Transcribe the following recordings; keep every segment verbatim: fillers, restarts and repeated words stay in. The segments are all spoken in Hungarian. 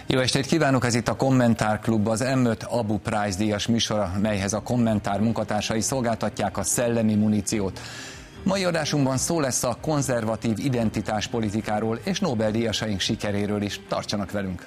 Jó estét kívánok, ez itt a Kommentár Klub, az em öt Abu Prize díjas műsora, melyhez a Kommentár munkatársai szolgáltatják a szellemi muníciót. Mai adásunkban szó lesz a konzervatív identitáspolitikáról és Nobel-díjasaink sikeréről is. Tartsanak velünk!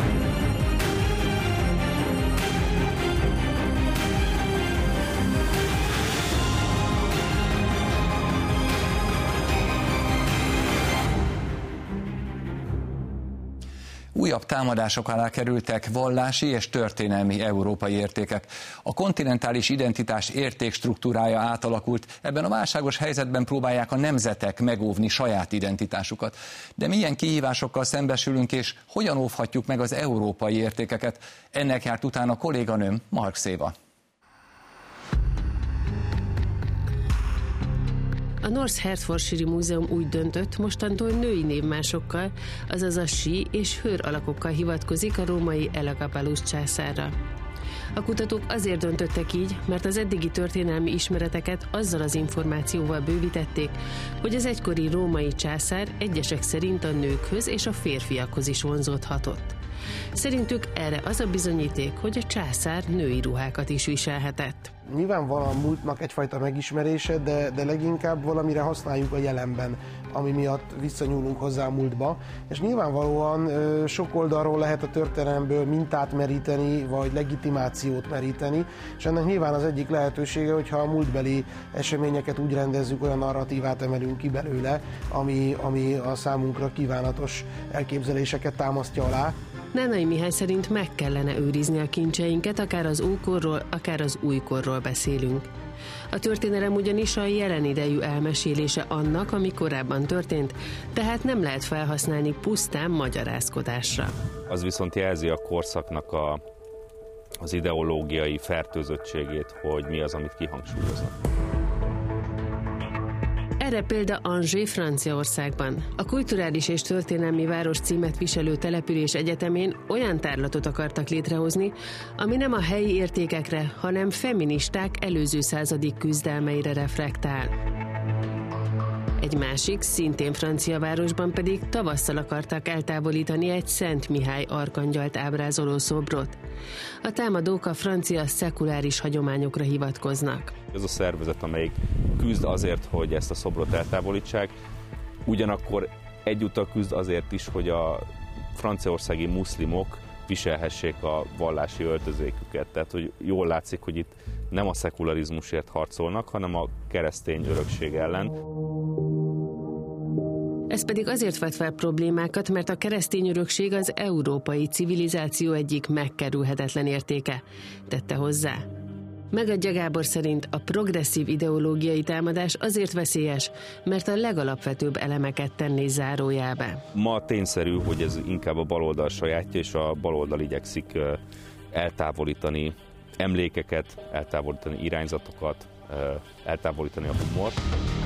Újabb támadások alá kerültek vallási és történelmi európai értékek. A kontinentális identitás értékstruktúrája átalakult, ebben a válságos helyzetben próbálják a nemzetek megóvni saját identitásukat. De milyen kihívásokkal szembesülünk, és hogyan óvhatjuk meg az európai értékeket? Ennek járt utána a kolléganőm, Mark Széva. A North Hertfordshire Múzeum úgy döntött, mostantól női névmásokkal, azaz a sí és hőr alakokkal hivatkozik a római Elagabalus császárra. A kutatók azért döntöttek így, mert az eddigi történelmi ismereteket azzal az információval bővítették, hogy az egykori római császár egyesek szerint a nőkhöz és a férfiakhoz is vonzódhatott. Szerintük erre az a bizonyíték, hogy a császár női ruhákat is viselhetett. Nyilvánvalóan múltnak egyfajta megismerése, de, de leginkább valamire használjuk a jelenben, ami miatt visszanyúlunk hozzá a múltba. És nyilvánvalóan ö, sok oldalról lehet a történelemből mintát meríteni, vagy legitimációt meríteni, és ennek nyilván az egyik lehetősége, hogyha a múltbeli eseményeket úgy rendezzük, olyan narratívát emelünk ki belőle, ami, ami a számunkra kívánatos elképzeléseket támasztja alá. Nánai Mihály szerint meg kellene őrizni a kincseinket, akár az ókorról, akár az újkorról beszélünk. A történelem ugyanis a jelen idejű elmesélése annak, ami korábban történt, tehát nem lehet felhasználni pusztán magyarázkodásra. Az viszont jelzi a korszaknak a, az ideológiai fertőzöttségét, hogy mi az, amit kihangsúlyoznak. Erre példa Angers, Franciaországban. A kulturális és történelmi város címet viselő település egyetemén olyan tárlatot akartak létrehozni, ami nem a helyi értékekre, hanem feministák előző századi küzdelmeire reflektál. Egy másik, szintén francia városban pedig tavasszal akartak eltávolítani egy Szent Mihály arkangyalt ábrázoló szobrot. A támadók a francia szekuláris hagyományokra hivatkoznak. Ez a szervezet, amelyik küzd azért, hogy ezt a szobrot eltávolítsák, ugyanakkor egyúttal küzd azért is, hogy a franciaországi muszlimok viselhessék a vallási öltözéküket. Tehát, hogy jól látszik, hogy itt nem a szekularizmusért harcolnak, hanem a keresztény örökség ellen. Ez pedig azért vet fel problémákat, mert a keresztény örökség az európai civilizáció egyik megkerülhetetlen értéke, tette hozzá. Megadja Gábor szerint a progresszív ideológiai támadás azért veszélyes, mert a legalapvetőbb elemeket tenné zárójelbe. Ma tényszerű, hogy ez inkább a baloldal sajátja, és a baloldal igyekszik eltávolítani emlékeket, eltávolítani irányzatokat, eltávolítani a humort.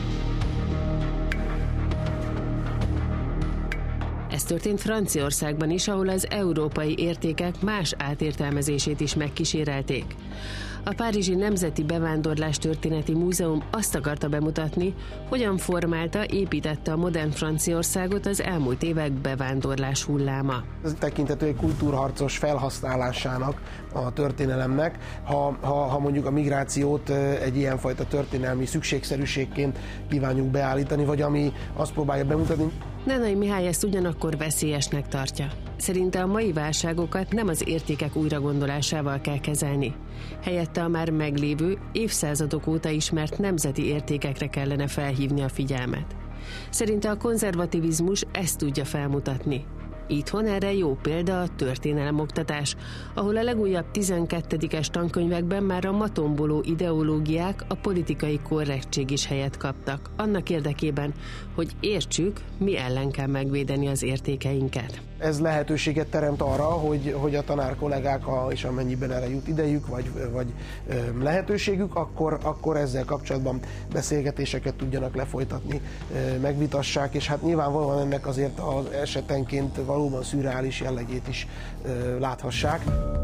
Ez történt Franciaországban is, ahol az európai értékek más átértelmezését is megkísérelték. A Párizsi Nemzeti Bevándorlástörténeti Múzeum azt akarta bemutatni, hogyan formálta, építette a modern Franciaországot az elmúlt évek bevándorlás hulláma. Ez tekintető egy kultúrharcos felhasználásának a történelemnek, ha, ha, ha mondjuk a migrációt egy ilyenfajta történelmi szükségszerűségként kívánjuk beállítani, vagy ami azt próbálja bemutatni. Nánai Mihály ezt ugyanakkor veszélyesnek tartja. Szerinte a mai válságokat nem az értékek újragondolásával kell kezelni. Helyette a már meglévő, évszázadok óta ismert nemzeti értékekre kellene felhívni a figyelmet. Szerinte a konzervativizmus ezt tudja felmutatni. Itthon erre jó példa a történelemoktatás, ahol a legújabb tizenkettedikes tankönyvekben már a matomboló ideológiák, a politikai korrektség is helyet kaptak, annak érdekében, hogy értsük, mi ellen kell megvédeni az értékeinket. Ez lehetőséget teremt arra, hogy, hogy a tanár kollégák, és amennyiben erre jut idejük, vagy, vagy lehetőségük, akkor, akkor ezzel kapcsolatban beszélgetéseket tudjanak lefolytatni, megvitassák, és hát nyilvánvalóan ennek azért az esetenként valóban szürreális jellegét is láthassák.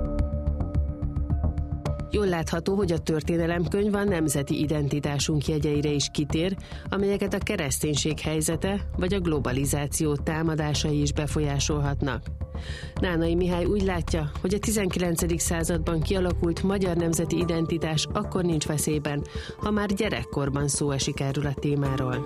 Jól látható, hogy a történelemkönyv a nemzeti identitásunk jegyeire is kitér, amelyeket a kereszténység helyzete vagy a globalizáció támadásai is befolyásolhatnak. Nánai Mihály úgy látja, hogy a tizenkilencedik században kialakult magyar nemzeti identitás akkor nincs veszélyben, ha már gyerekkorban szó esik erről a témáról.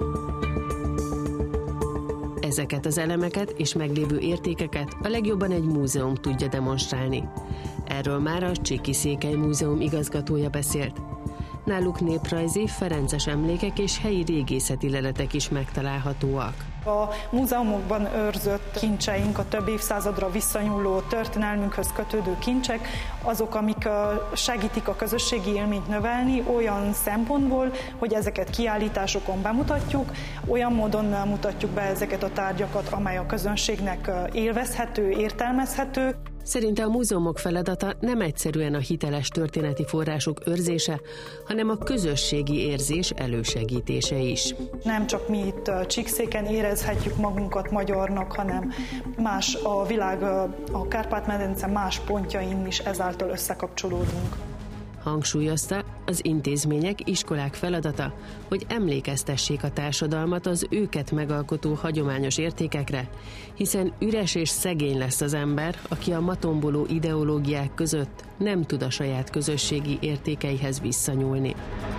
Ezeket az elemeket és meglévő értékeket a legjobban egy múzeum tudja demonstrálni. Erről már a Csíki-Székely Múzeum igazgatója beszélt. Náluk néprajzi, ferences emlékek és helyi régészeti leletek is megtalálhatóak. A múzeumokban őrzött kincseink, a több évszázadra visszanyúló történelmünkhöz kötődő kincsek, azok, amik segítik a közösségi élményt növelni olyan szempontból, hogy ezeket kiállításokon bemutatjuk, olyan módon mutatjuk be ezeket a tárgyakat, amely a közönségnek élvezhető, értelmezhető. Szerinte a múzeumok feladata nem egyszerűen a hiteles történeti források őrzése, hanem a közösségi érzés elősegítése is. Nem csak mi itt Csíkszéken érezhetjük magunkat magyarnak, hanem más a világ, a Kárpát-medence más pontjain is ezáltal összekapcsolódunk. Hangsúlyozta, az intézmények, iskolák feladata, hogy emlékeztessék a társadalmat az őket megalkotó hagyományos értékekre, hiszen üres és szegény lesz az ember, aki a matomboló ideológiák között nem tud a saját közösségi értékeihez visszanyúlni.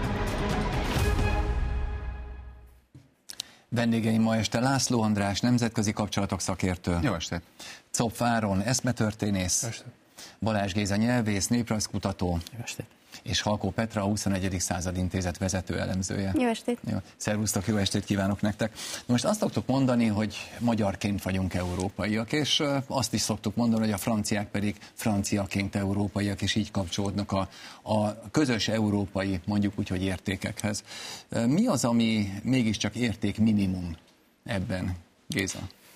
Vendégeim ma este László András, nemzetközi kapcsolatok szakértő. Jó estét. Zopf Áron, eszmetörténész. Jó estét. Balázs Géza, nyelvész, néprajzkutató. Jó estét. És Halkó Petra, a huszonegyedik század intézet vezető elemzője. Jó estét. Jó. Szervusztok, jó estét kívánok nektek. Most azt szoktuk mondani, hogy magyarként vagyunk európaiak, és azt is szoktuk mondani, hogy a franciák pedig franciaként európaiak, és így kapcsolódnak a, a közös európai, mondjuk úgy, hogy értékekhez. Mi az, ami mégiscsak érték minimum ebben, Géza?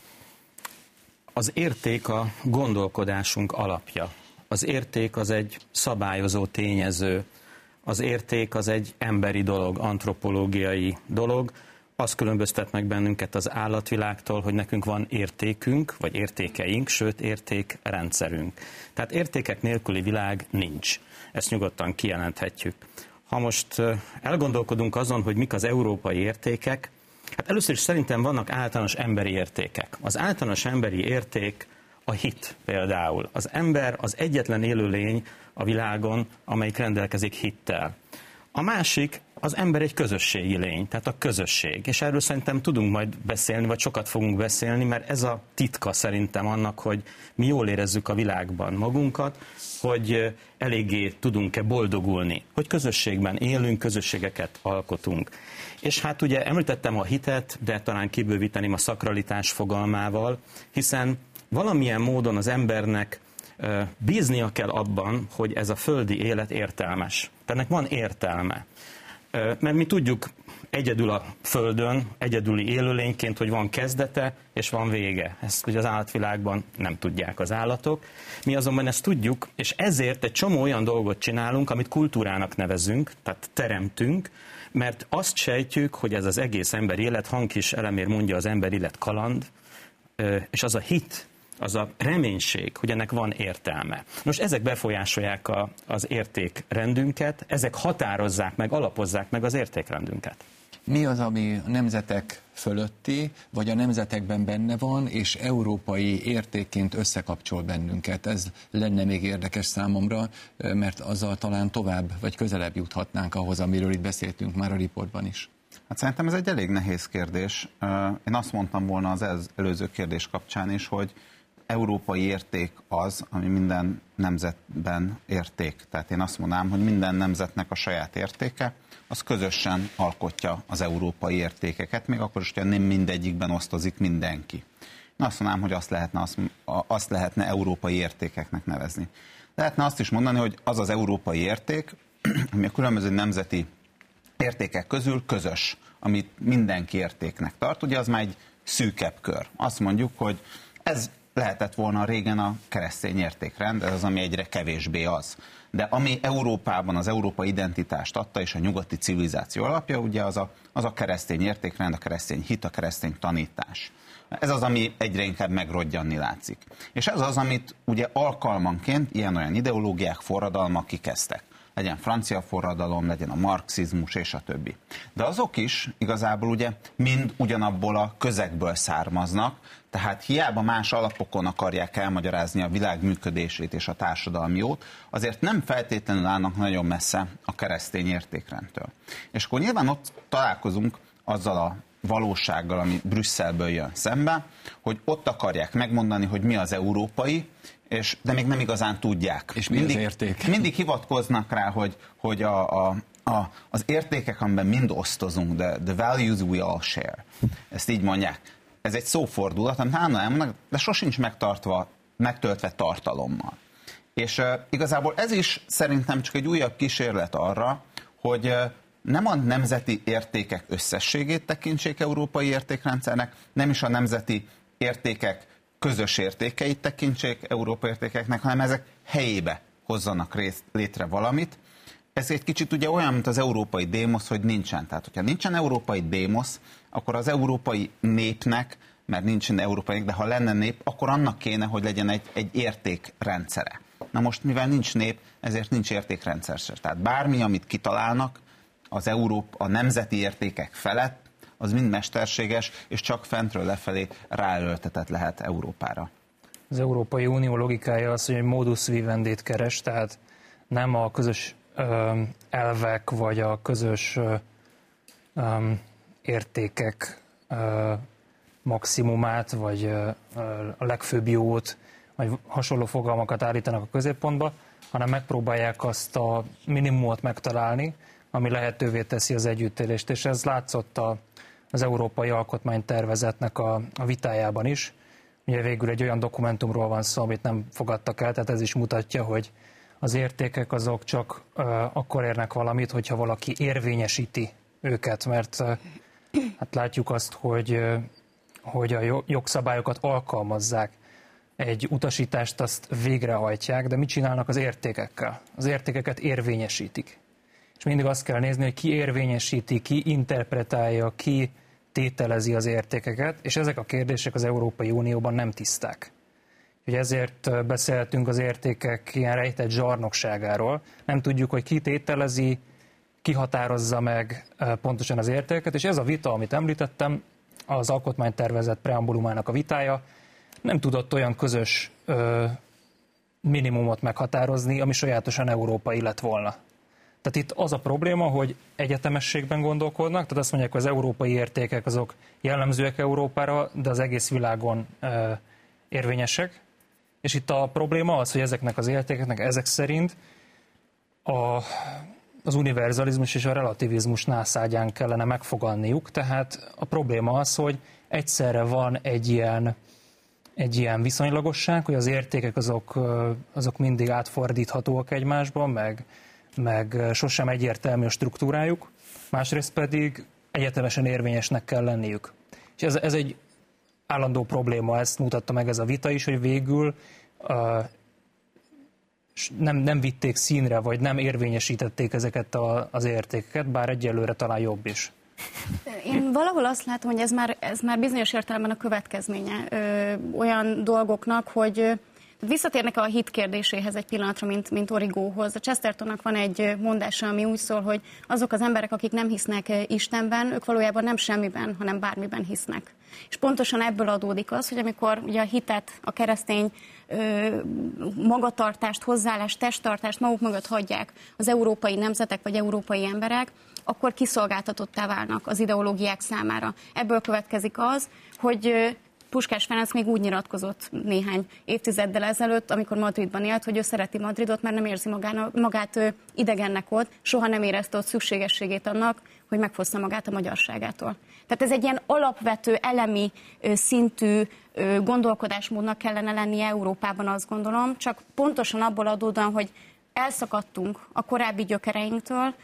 Az érték a gondolkodásunk alapja. Az érték az egy szabályozó tényező. Az érték az egy emberi dolog, antropológiai dolog. Az különböztet meg bennünket az állatvilágtól, hogy nekünk van értékünk, vagy értékeink, sőt értékrendszerünk. Tehát értékek nélküli világ nincs. Ezt nyugodtan kijelenthetjük. Ha most elgondolkodunk azon, hogy mik az európai értékek, hát először is szerintem vannak általános emberi értékek. Az általános emberi érték a hit például. Az ember az egyetlen élőlény a világon, amelyik rendelkezik hittel. A másik, az ember egy közösségi lény, tehát a közösség. És erről szerintem tudunk majd beszélni, vagy sokat fogunk beszélni, mert ez a titka szerintem annak, hogy mi jól érezzük a világban magunkat, hogy eléggé tudunk-e boldogulni, hogy közösségben élünk, közösségeket alkotunk. És hát ugye említettem a hitet, de talán kibővíteném a szakralitás fogalmával, hiszen valamilyen módon az embernek bíznia kell abban, hogy ez a földi élet értelmes. Tehát ennek van értelme. Mert mi tudjuk egyedül a Földön, egyedüli élőlényként, hogy van kezdete és van vége. Ezt ugye az állatvilágban nem tudják az állatok. Mi azonban ezt tudjuk, és ezért egy csomó olyan dolgot csinálunk, amit kultúrának nevezünk, tehát teremtünk, mert azt sejtjük, hogy ez az egész emberi élet, Hankis elemér mondja, az ember élet kaland, és az a hit, az a reménység, hogy ennek van értelme. Most ezek befolyásolják a, az értékrendünket, ezek határozzák meg, alapozzák meg az értékrendünket. Mi az, ami a nemzetek fölötti, vagy a nemzetekben benne van, és európai értékként összekapcsol bennünket? Ez lenne még érdekes számomra, mert azzal talán tovább, vagy közelebb juthatnánk ahhoz, amiről itt beszéltünk már a riportban is. Hát szerintem ez egy elég nehéz kérdés. Én azt mondtam volna az előző kérdés kapcsán is, hogy európai érték az, ami minden nemzetben érték. Tehát én azt mondanám, hogy minden nemzetnek a saját értéke, az közösen alkotja az európai értékeket, még akkor is, hogy nem mindegyikben osztozik mindenki. Én azt mondanám, hogy azt lehetne, azt, azt lehetne európai értékeknek nevezni. Lehetne azt is mondani, hogy az az európai érték, ami a különböző nemzeti értékek közül közös, amit mindenki értéknek tart, ugye az már egy szűkebb kör. Azt mondjuk, hogy ez lehetett volna régen a keresztény értékrend, ez az, ami egyre kevésbé az. De ami Európában az európai identitást adta, és a nyugati civilizáció alapja, ugye az a, az a keresztény értékrend, a keresztény hit, a keresztény tanítás. Ez az, ami egyre inkább megrodjanni látszik. És ez az, amit ugye alkalmanként ilyen-olyan ideológiák, forradalmak kikezdtek. legyen francia forradalom, legyen a marxizmus és a többi. De azok is igazából ugye mind ugyanabból a közegből származnak, tehát hiába más alapokon akarják elmagyarázni a világ működését és a társadalmi jót, azért nem feltétlenül állnak nagyon messze a keresztény értékrendtől. És akkor nyilván ott találkozunk azzal a valósággal, ami Brüsszelből jön szembe, hogy ott akarják megmondani, hogy mi az európai, és, de még nem igazán tudják. És mi mindig, az érték? Mindig hivatkoznak rá, hogy, hogy a, a, a, az értékek, amiben mind osztozunk, the, the values we all share. Ezt így mondják. Ez egy szófordulat, amit állandóan elmondanak, de sosincs megtartva, megtöltve tartalommal. És uh, igazából ez is szerintem csak egy újabb kísérlet arra, hogy uh, nem a nemzeti értékek összességét tekintsék európai értékrendszernek, nem is a nemzeti értékek közös értékeit tekintsék európai értékeknek, hanem ezek helyébe hozzanak részt, létre valamit. Ez egy kicsit ugye olyan, mint az európai démosz, hogy nincsen. Tehát, hogyha nincsen európai démosz, akkor az európai népnek, mert nincsen európai, de ha lenne nép, akkor annak kéne, hogy legyen egy, egy értékrendszere. Na most, mivel nincs nép, ezért nincs értékrendszer sem. Tehát bármi, amit kitalálnak, az Európa, a nemzeti értékek felett, az mind mesterséges, és csak fentről lefelé ráöltetett lehet Európára. Az Európai Unió logikája az, hogy egy modus vivendit keres, tehát nem a közös ö, elvek, vagy a közös ö, ö, értékek ö, maximumát, vagy ö, a legfőbb jót, vagy hasonló fogalmakat állítanak a középpontba, hanem megpróbálják azt a minimumot megtalálni, ami lehetővé teszi az együttélést, és ez látszott a, az Európai Alkotmánytervezetnek a, a vitájában is. Ugye végül egy olyan dokumentumról van szó, amit nem fogadtak el, tehát ez is mutatja, hogy az értékek azok csak uh, akkor érnek valamit, hogyha valaki érvényesíti őket, mert uh, hát látjuk azt, hogy, uh, hogy a jogszabályokat alkalmazzák, egy utasítást azt végrehajtják, de mit csinálnak az értékekkel? Az értékeket érvényesítik. És mindig azt kell nézni, hogy ki érvényesíti, ki interpretálja, ki tételezi az értékeket, és ezek a kérdések az Európai Unióban nem tiszták. Úgyhogy ezért beszéltünk az értékek ilyen rejtett zsarnokságáról. Nem tudjuk, hogy ki tételezi, ki határozza meg pontosan az értékeket, és ez a vita, amit említettem, az alkotmánytervezet preambulumának a vitája, nem tudott olyan közös ö, minimumot meghatározni, ami sajátosan európai lett volna. Tehát itt az a probléma, hogy egyetemességben gondolkodnak, tehát azt mondják, hogy az európai értékek azok jellemzőek Európára, de az egész világon ö, érvényesek. És itt a probléma az, hogy ezeknek az értékeknek ezek szerint a, az univerzalizmus és a relativizmus nászárgyán kellene megfogalniuk. Tehát a probléma az, hogy egyszerre van egy ilyen, egy ilyen viszonylagosság, hogy az értékek azok, azok mindig átfordíthatóak egymásban, meg meg sosem egyértelmű a struktúrájuk, másrészt pedig egyetemesen érvényesnek kell lenniük. És ez, ez egy állandó probléma, ezt mutatta meg ez a vita is, hogy végül uh, nem, nem vitték színre, vagy nem érvényesítették ezeket a, az értékeket, bár egyelőre talán jobb is. Én valahol azt látom, hogy ez már, ez már bizonyos értelemben a következménye ö, olyan dolgoknak, hogy visszatérnek a hit kérdéséhez egy pillanatra, mint, mint Origóhoz. A Chestertonnak van egy mondása, ami úgy szól, hogy azok az emberek, akik nem hisznek Istenben, ők valójában nem semmiben, hanem bármiben hisznek. És pontosan ebből adódik az, hogy amikor ugye a hitet, a keresztény ö, magatartást, hozzáállást, testtartást maguk mögött hagyják az európai nemzetek vagy európai emberek, akkor kiszolgáltatottá válnak az ideológiák számára. Ebből következik az, hogy Puskás Ferenc még úgy nyilatkozott néhány évtizeddel ezelőtt, amikor Madridban élt, hogy ő szereti Madridot, mert nem érzi magána, magát ő idegennek ott, soha nem érezte ott szükségességét annak, hogy megfossza magát a magyarságától. Tehát ez egy ilyen alapvető, elemi szintű gondolkodásmódnak kellene lennie Európában, azt gondolom, csak pontosan abból adódóan, hogy elszakadtunk a korábbi gyökereinktől,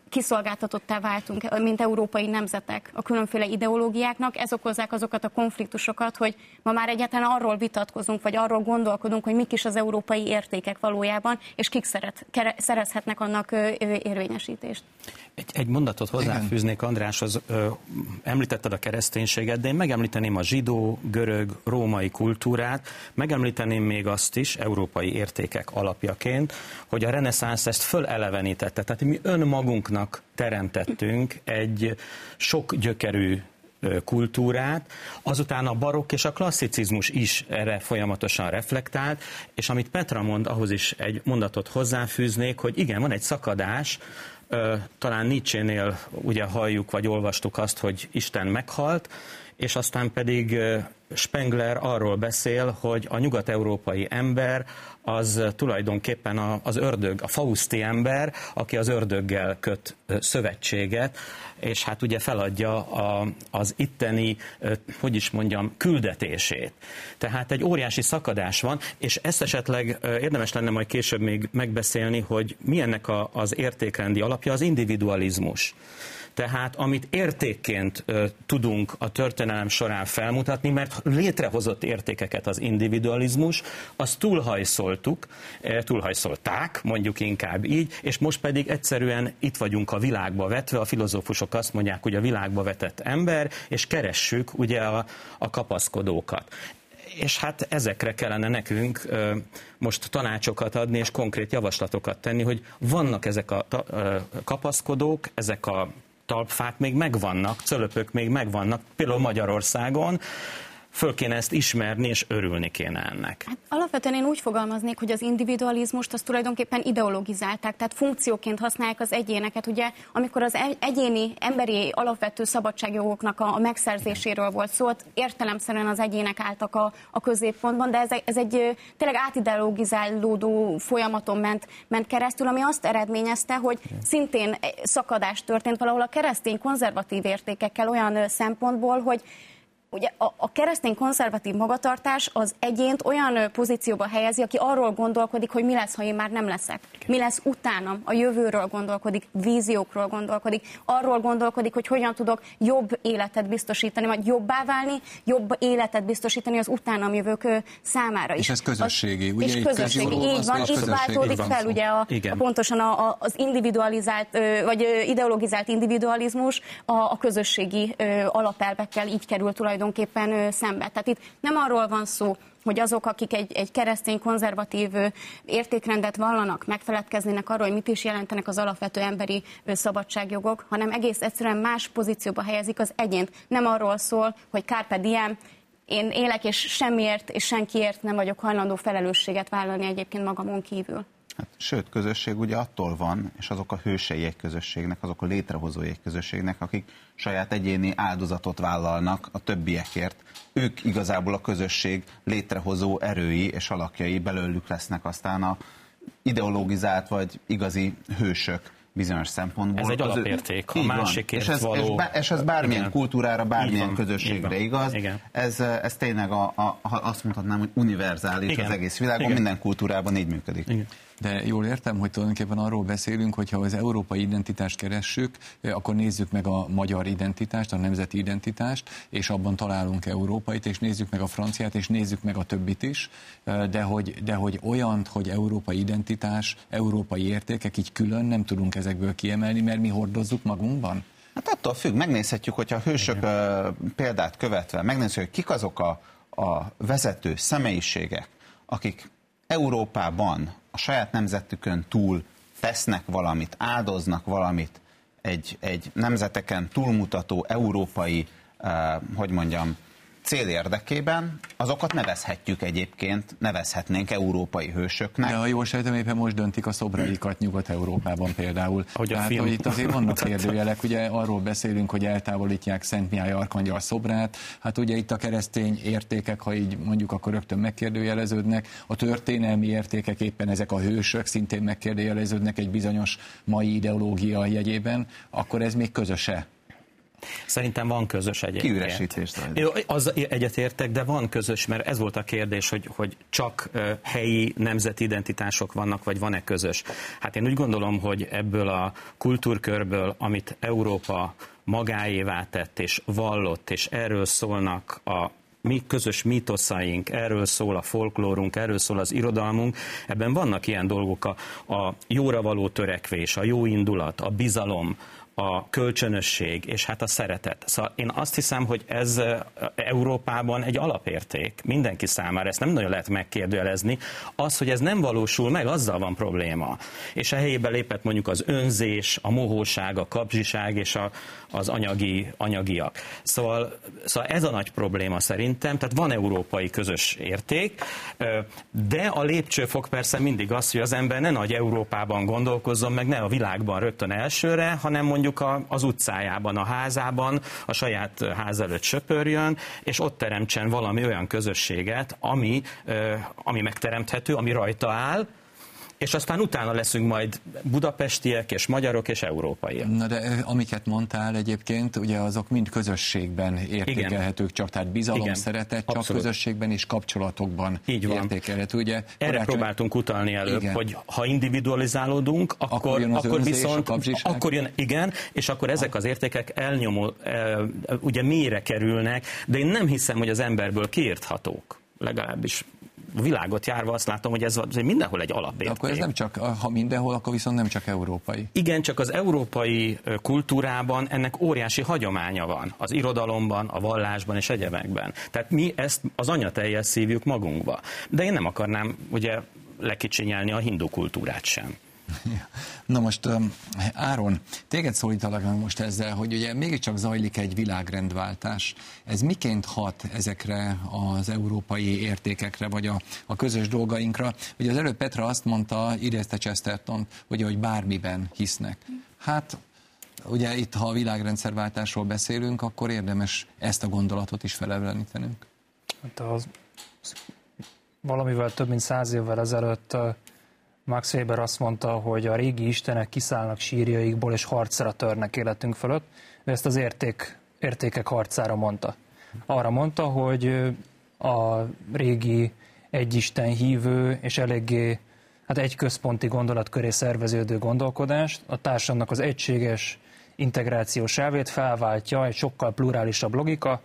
kiszolgáltatottá váltunk, mint európai nemzetek a különféle ideológiáknak, ez okozzák azokat a konfliktusokat, hogy ma már egyáltalán arról vitatkozunk, vagy arról gondolkodunk, hogy mik is az európai értékek valójában, és kik szeret, kere, szerezhetnek annak ö, ö, érvényesítést. Egy, egy mondatot hozzáfűznék, Andráshoz, ö, említetted a kereszténységet, de én megemlíteném a zsidó, görög, római kultúrát, megemlíteném még azt is, európai értékek alapjaként, hogy a reneszánsz ezt fölelevenítette, tehát mi önmagunknak teremtettünk egy sok gyökerű kultúrát, azután a barokk és a klasszicizmus is erre folyamatosan reflektált, és amit Petra mond, ahhoz is egy mondatot hozzáfűznék, hogy igen, van egy szakadás, talán Nietzsénél ugye halljuk, vagy olvastuk azt, hogy Isten meghalt, és aztán pedig Spengler arról beszél, hogy a nyugat-európai ember az tulajdonképpen az ördög, a fauszti ember, aki az ördöggel köt szövetséget, és hát ugye feladja a, az itteni, hogy is mondjam, küldetését. Tehát egy óriási szakadás van, és ezt esetleg érdemes lenne majd később még megbeszélni, hogy mi ennek a, az értékrendi alapja, az individualizmus. Tehát amit értékként ö, tudunk a történelem során felmutatni, mert létrehozott értékeket az individualizmus, azt túlhajszoltuk, e, túlhajszolták, mondjuk inkább így, és most pedig egyszerűen itt vagyunk a világba vetve, a filozófusok azt mondják, hogy a világba vetett ember, és keressük ugye a, a kapaszkodókat. És hát ezekre kellene nekünk ö, most tanácsokat adni, és konkrét javaslatokat tenni, hogy vannak ezek a ta, ö, kapaszkodók, ezek a talpfák még megvannak, cölöpök még megvannak, például Magyarországon, föl kéne ezt ismerni, és örülni kéne ennek. Hát alapvetően én úgy fogalmaznék, hogy az individualizmust azt tulajdonképpen ideologizálták, tehát funkcióként használják az egyéneket. Ugye, amikor az egyéni, emberi alapvető szabadságjogoknak a, a megszerzéséről volt szó, értelemszerűen az egyének álltak a, a középpontban, de ez, ez egy tényleg átideologizálódó folyamaton ment, ment keresztül, ami azt eredményezte, hogy szintén szakadás történt valahol a keresztény konzervatív értékekkel olyan szempontból, hogy ugye a, a keresztény konzervatív magatartás az egyént olyan pozícióba helyezi, aki arról gondolkodik, hogy mi lesz, ha én már nem leszek. Mi lesz utánam, a jövőről gondolkodik, víziókról gondolkodik, arról gondolkodik, hogy hogyan tudok jobb életet biztosítani, vagy jobbá válni, jobb életet biztosítani az utánam jövők számára is. És ez közösségi, az, ugye? És közösségi, így van, itt váltódik fel ugye a, a pontosan a, a, az individualizált, vagy ideologizált individualizmus a, a közösségi alapelvekkel így kerül tulajdonképpen tulajdonképpen szembe. Tehát itt nem arról van szó, hogy azok, akik egy, egy keresztény konzervatív értékrendet vallanak, megfeledkeznének arról, hogy mit is jelentenek az alapvető emberi szabadságjogok, hanem egész egyszerűen más pozícióba helyezik az egyént. Nem arról szól, hogy carpe diem, én élek, és semmiért és senkiért nem vagyok hajlandó felelősséget vállalni egyébként magamon kívül. Hát, sőt, közösség ugye attól van, és azok a hősei egy közösségnek, azok a létrehozói egy közösségnek, akik saját egyéni áldozatot vállalnak a többiekért. Ők igazából a közösség létrehozó erői és alakjai, belőlük lesznek aztán a ideologizált vagy igazi hősök bizonyos szempontból. Ez egy alapérték, a másikért és ez, való... És ez bármilyen igen. kultúrára, bármilyen van, közösségre igaz. Ez, ez tényleg a, a, azt mondhatnám, hogy univerzális igen. az egész világon, igen. minden kultúrában így működik. Igen. De jól értem, hogy tulajdonképpen arról beszélünk, hogy ha az európai identitást keressük, akkor nézzük meg a magyar identitást, a nemzeti identitást, és abban találunk európait, és nézzük meg a franciát, és nézzük meg a többit is, de hogy, de hogy olyant, hogy európai identitás, európai értékek így külön nem tudunk ezekből kiemelni, mert mi hordozzuk magunkban? Hát attól függ, megnézhetjük, hogyha a hősök igen. példát követve, megnézzük, hogy kik azok a, a vezető személyiségek, akik Európában a saját nemzetükön túl tesznek valamit, áldoznak valamit egy, egy nemzeteken túlmutató európai, eh, hogy mondjam, cél érdekében, azokat nevezhetjük egyébként, nevezhetnénk európai hősöknek. De ha jól sejtem, éppen most döntik a szobraikat Nyugat-Európában például. Hogy Tehát, hogy itt azért vannak kérdőjelek, ugye arról beszélünk, hogy eltávolítják Szent Mihály arkangyal szobrát, hát ugye itt a keresztény értékek, ha így mondjuk, akkor rögtön megkérdőjeleződnek, a történelmi értékek, éppen ezek a hősök szintén megkérdőjeleződnek egy bizonyos mai ideológia jegyében, akkor ez még közöse Szerintem van közös egyébként. Kiüresítést. Az egyetértek, de van közös, mert ez volt a kérdés, hogy, hogy csak helyi nemzeti identitások vannak, vagy van-e közös. Hát én úgy gondolom, hogy ebből a kultúrkörből, amit Európa magáévá tett és vallott, és erről szólnak a mi közös mítoszaink, erről szól a folklórunk, erről szól az irodalmunk, ebben vannak ilyen dolgok, a, a jóra való törekvés, a jó indulat, a bizalom, a kölcsönösség, és hát a szeretet. Szóval én azt hiszem, hogy ez Európában egy alapérték mindenki számára, ezt nem nagyon lehet megkérdőjelezni. Az, hogy ez nem valósul meg, azzal van probléma. És a helyébe lépett mondjuk az önzés, a mohóság, a kapzsiság és a, az anyagi, anyagiak. Szóval, szóval ez a nagy probléma szerintem, tehát van európai közös érték, de a lépcsőfok persze mindig az, hogy az ember ne nagy Európában gondolkozzon, meg ne a világban rögtön elsőre, hanem mondjuk az utcájában, a házában, a saját ház előtt söpörjön, és ott teremtsen valami olyan közösséget, ami, ami megteremthető, ami rajta áll, és aztán utána leszünk majd budapestiek, és magyarok, és európaiak. Na de amiket mondtál egyébként, ugye azok mind közösségben értékelhetők, csak tehát bizalom, igen, szeretet, csak abszolút. Közösségben és kapcsolatokban értékelhető. Ugye, erre karácsony... próbáltunk utalni előbb, igen, hogy ha individualizálódunk, akkor, akkor, akkor önzés, viszont, akkor jön, igen, és akkor ezek az értékek elnyomó, ugye mélyre kerülnek, de én nem hiszem, hogy az emberből kiírthatók, legalábbis a világot járva azt látom, hogy ez mindenhol egy alapérték. De akkor ez nem csak, ha mindenhol, akkor viszont nem csak európai. Igen, csak az európai kultúrában ennek óriási hagyománya van. Az irodalomban, a vallásban és egyebekben. Tehát mi ezt az anyatejjel szívjuk magunkba. De én nem akarnám ugye lekicsinyelni a hindu kultúrát sem. Na most, Áron, téged szólítalak meg most ezzel, hogy ugye mégiscsak zajlik egy világrendváltás. Ez miként hat ezekre az európai értékekre, vagy a, a közös dolgainkra? Ugye az előbb Petra azt mondta, idézte Chestertont, hogy, hogy bármiben hisznek. Hát, ugye itt, ha a világrendszerváltásról beszélünk, akkor érdemes ezt a gondolatot is felelevenítenünk. Hát az, valamivel több mint száz évvel ezelőtt Max Weber azt mondta, hogy a régi istenek kiszállnak sírjaikból és harcra törnek életünk fölött. Ő ezt az érték, értékek harcára mondta. Arra mondta, hogy a régi egyisten hívő és eléggé hát egy központi gondolat köré szerveződő gondolkodást, a társadalomnak az egységes integrációs elvét felváltja egy sokkal plurálisabb logika,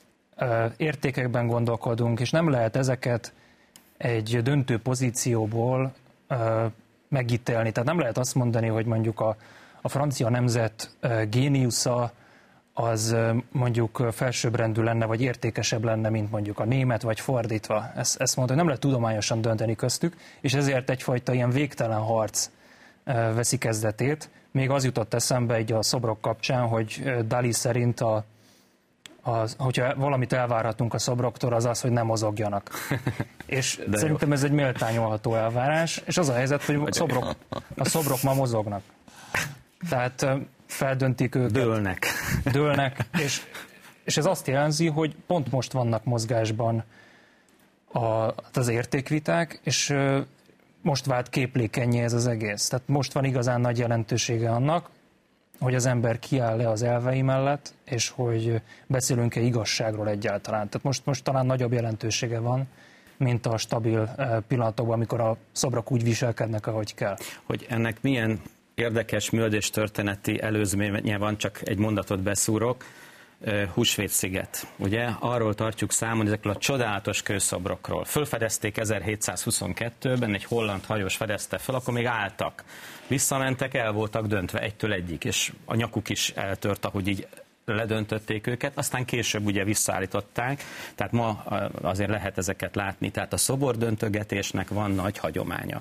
értékekben gondolkodunk, és nem lehet ezeket egy döntő pozícióból megítélni. Tehát nem lehet azt mondani, hogy mondjuk a, a francia nemzet géniusza az mondjuk felsőbbrendű lenne, vagy értékesebb lenne, mint mondjuk a német, vagy fordítva. Ezt, ezt mondta, hogy nem lehet tudományosan dönteni köztük, és ezért egyfajta ilyen végtelen harc veszi kezdetét. Még az jutott eszembe egy a szobrok kapcsán, hogy Dali szerint a Az, hogyha valamit elvárhatunk a szobroktól, az az, hogy nem mozogjanak. És de szerintem jó. Ez egy méltányolható elvárás, és az a helyzet, hogy a szobrok, a szobrok ma mozognak. Tehát feldöntik őket. Dőlnek. Dőlnek, és, és ez azt jelzi, hogy pont most vannak mozgásban a, az értékviták, és most vált képlékennyé ez az egész. Tehát most van igazán nagy jelentősége annak, hogy az ember kiáll le az elvei mellett, és hogy beszélünk-e igazságról egyáltalán. Tehát most, most talán nagyobb jelentősége van, mint a stabil pillanatokban, amikor a szobrok úgy viselkednek, ahogy kell. Hogy ennek milyen érdekes műveldés történeti előzménye van, csak egy mondatot beszúrok. Húsvétsziget. Ugye arról tartjuk számon, ezekről a csodálatos kőszobrokról. Fölfedezték ezerhétszázhuszonkettőben, egy holland hajós fedezte fel, akkor még álltak. Visszamentek, el voltak döntve egytől egyik, és a nyakuk is eltört, ahogy így ledöntötték őket, aztán később ugye visszaállították, tehát ma azért lehet ezeket látni, tehát a szobordöntögetésnek van nagy hagyománya.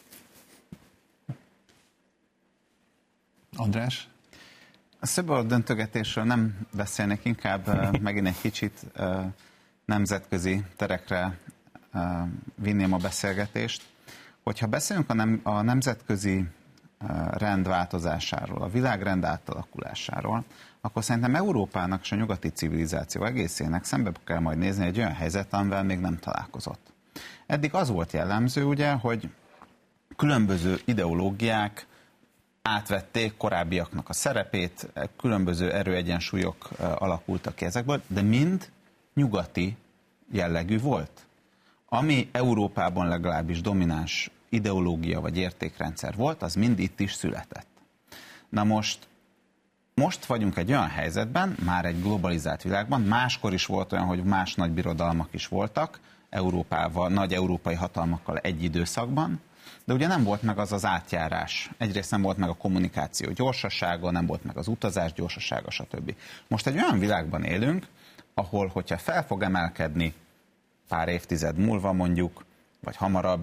András? A szobordöntögetésről nem beszélnék, inkább megint egy kicsit nemzetközi terekre vinném a beszélgetést. Hogyha beszélünk a, nem, a nemzetközi rend változásáról, a világrend átalakulásáról, akkor szerintem Európának és a nyugati civilizáció egészének szembe kell majd nézni egy olyan helyzet, amivel még nem találkozott. Eddig az volt jellemző, ugye, hogy különböző ideológiák átvették korábbiaknak a szerepét, különböző erőegyensúlyok alakultak ki ezekből, de mind nyugati jellegű volt. Ami Európában legalábbis domináns ideológia vagy értékrendszer volt, az mind itt is született. Na most, most vagyunk egy olyan helyzetben, már egy globalizált világban, máskor is volt olyan, hogy más nagy birodalmak is voltak, Európával, nagy európai hatalmakkal egy időszakban, de ugye nem volt meg az az átjárás. Egyrészt nem volt meg a kommunikáció gyorsasága, nem volt meg az utazás gyorsasága, stb. Most egy olyan világban élünk, ahol, hogyha fel fog emelkedni pár évtized múlva mondjuk, vagy hamarabb,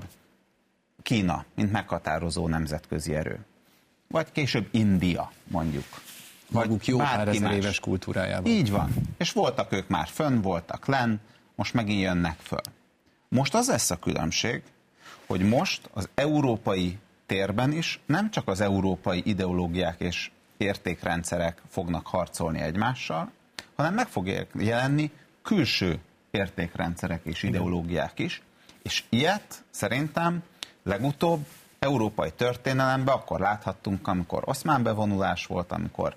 Kína, mint meghatározó nemzetközi erő. Vagy később India, mondjuk. Maguk jó pár ezer éves kultúrájában. Így van. És voltak ők már fönn, voltak lenn, most megint jönnek föl. Most az lesz a különbség, hogy most az európai térben is nem csak az európai ideológiák és értékrendszerek fognak harcolni egymással, hanem meg fog jelenni külső értékrendszerek és ideológiák is, és ilyet szerintem legutóbb európai történelemben akkor láthattunk, amikor oszmán bevonulás volt, amikor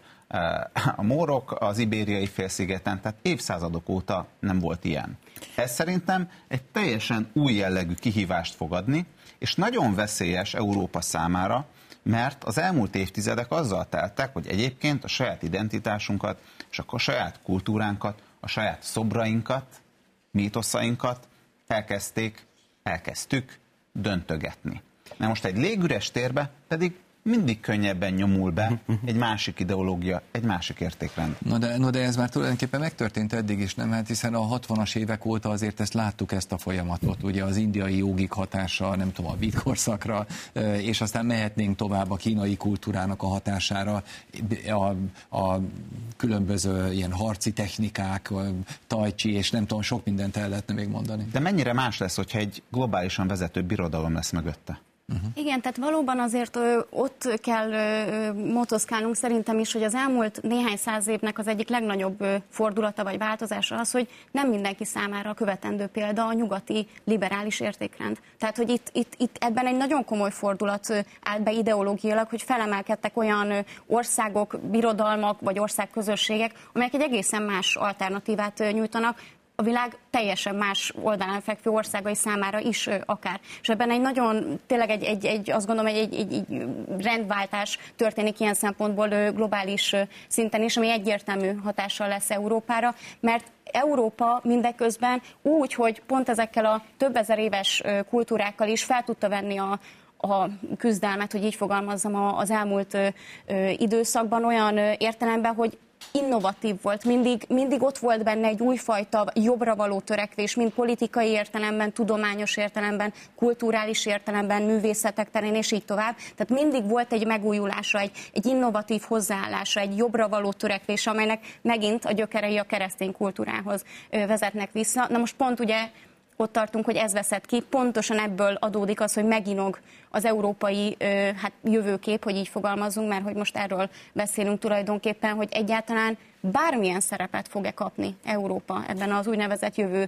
a mórok az ibériai félszigeten, tehát évszázadok óta nem volt ilyen. Ez szerintem egy teljesen új jellegű kihívást fog adni, és nagyon veszélyes Európa számára, mert az elmúlt évtizedek azzal teltek, hogy egyébként a saját identitásunkat, és a saját kultúránkat, a saját szobrainkat, mítoszainkat elkezdték, elkezdtük döntögetni. Na most egy légüres térbe pedig mindig könnyebben nyomul be egy másik ideológia, egy másik értékrend. No de, no de ez már tulajdonképpen megtörtént eddig is, nem? Hát hiszen a hatvanas évek óta azért ezt láttuk, ezt a folyamatot, ugye az indiai jogik hatása, nem tudom, a beat-korszakra, és aztán mehetnénk tovább a kínai kultúrának a hatására, a, a különböző ilyen harci technikák, tai chi, és nem tudom, sok mindent el lehetne még mondani. De mennyire más lesz, hogyha egy globálisan vezető birodalom lesz mögötte? Uh-huh. Igen, tehát valóban azért ö, ott kell ö, motoszkálnunk szerintem is, hogy az elmúlt néhány száz évnek az egyik legnagyobb ö, fordulata vagy változása az, hogy nem mindenki számára a követendő példa a nyugati liberális értékrend. Tehát, hogy itt, itt, itt ebben egy nagyon komoly fordulat ö, állt be ideológiailag, hogy felemelkedtek olyan ö, országok, birodalmak vagy országközösségek, amelyek egy egészen más alternatívát ö, nyújtanak, a világ teljesen más oldalán fekvő országai számára is akár. És ebben egy nagyon, tényleg egy, egy, egy azt gondolom, egy, egy, egy rendváltás történik ilyen szempontból globális szinten is, ami egyértelmű hatással lesz Európára, mert Európa mindeközben úgy, hogy pont ezekkel a több ezer éves kultúrákkal is fel tudta venni a a küzdelmet, hogy így fogalmazzam, az elmúlt időszakban olyan értelemben, hogy innovatív volt, mindig, mindig ott volt benne egy újfajta jobbra való törekvés, mind politikai értelemben, tudományos értelemben, kulturális értelemben, művészetek terén, és így tovább. Tehát mindig volt egy megújulása, egy, egy innovatív hozzáállása, egy jobbra való törekvés, amelynek megint a gyökerei a keresztény kultúrához vezetnek vissza. Na most pont ugye ott tartunk, hogy ez veszett ki. Pontosan ebből adódik az, hogy meginog az európai hát, jövőkép, hogy így fogalmazzunk, mert hogy most erről beszélünk tulajdonképpen, hogy egyáltalán bármilyen szerepet fog-e kapni Európa ebben az úgynevezett jövő,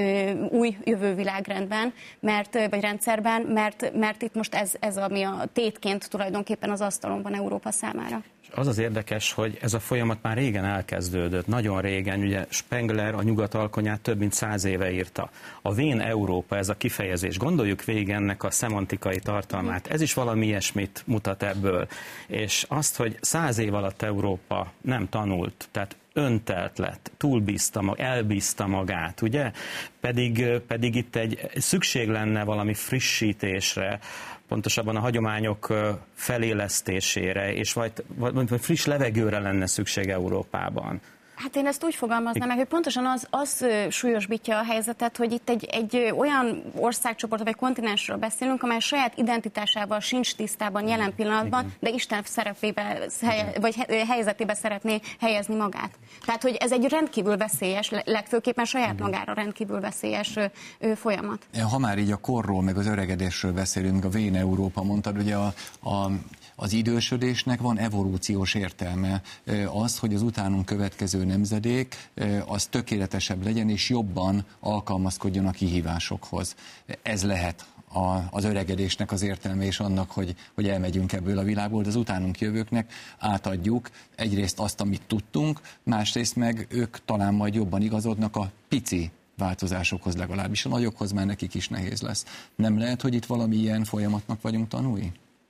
új jövővilágrendben, mert, vagy rendszerben, mert, mert itt most ez, ez ami a tétként tulajdonképpen az asztalon van Európa számára. Az az érdekes, hogy ez a folyamat már régen elkezdődött, nagyon régen, ugye Spengler a Nyugat alkonyát több mint száz éve írta. A vén Európa, ez a kifejezés, gondoljuk végig ennek a szemantikai tartalmát, ez is valami ilyesmit mutat ebből. És azt, hogy száz év alatt Európa nem tanult, tehát öntelt lett, túlbízta, elbízta magát, ugye? Pedig, pedig itt egy szükség lenne valami frissítésre, pontosabban a hagyományok felélesztésére, és vagy, vagy friss levegőre lenne szükség Európában. Hát én ezt úgy fogalmaznám meg, hogy pontosan az, az súlyosbítja a helyzetet, hogy itt egy, egy olyan országcsoport vagy kontinensről beszélünk, amely saját identitásával sincs tisztában jelen pillanatban, igen, de Isten szerepébe, helye, vagy helyzetébe szeretné helyezni magát. Tehát, hogy ez egy rendkívül veszélyes, legfőképpen saját igen, magára rendkívül veszélyes folyamat. Ha már így a korról, meg az öregedésről beszélünk, a vén Európa mondtad, ugye a, a az idősödésnek van evolúciós értelme. Az, hogy az utánunk következő nemzedék az tökéletesebb legyen és jobban alkalmazkodjon a kihívásokhoz. Ez lehet a, az öregedésnek az értelme és annak, hogy, hogy elmegyünk ebből a világból, de az utánunk jövőknek átadjuk egyrészt azt, amit tudtunk, másrészt meg ők talán majd jobban igazodnak a pici változásokhoz, legalábbis a nagyokhoz már nekik is nehéz lesz. Nem lehet, hogy itt valami ilyen folyamatnak vagyunk tanulni?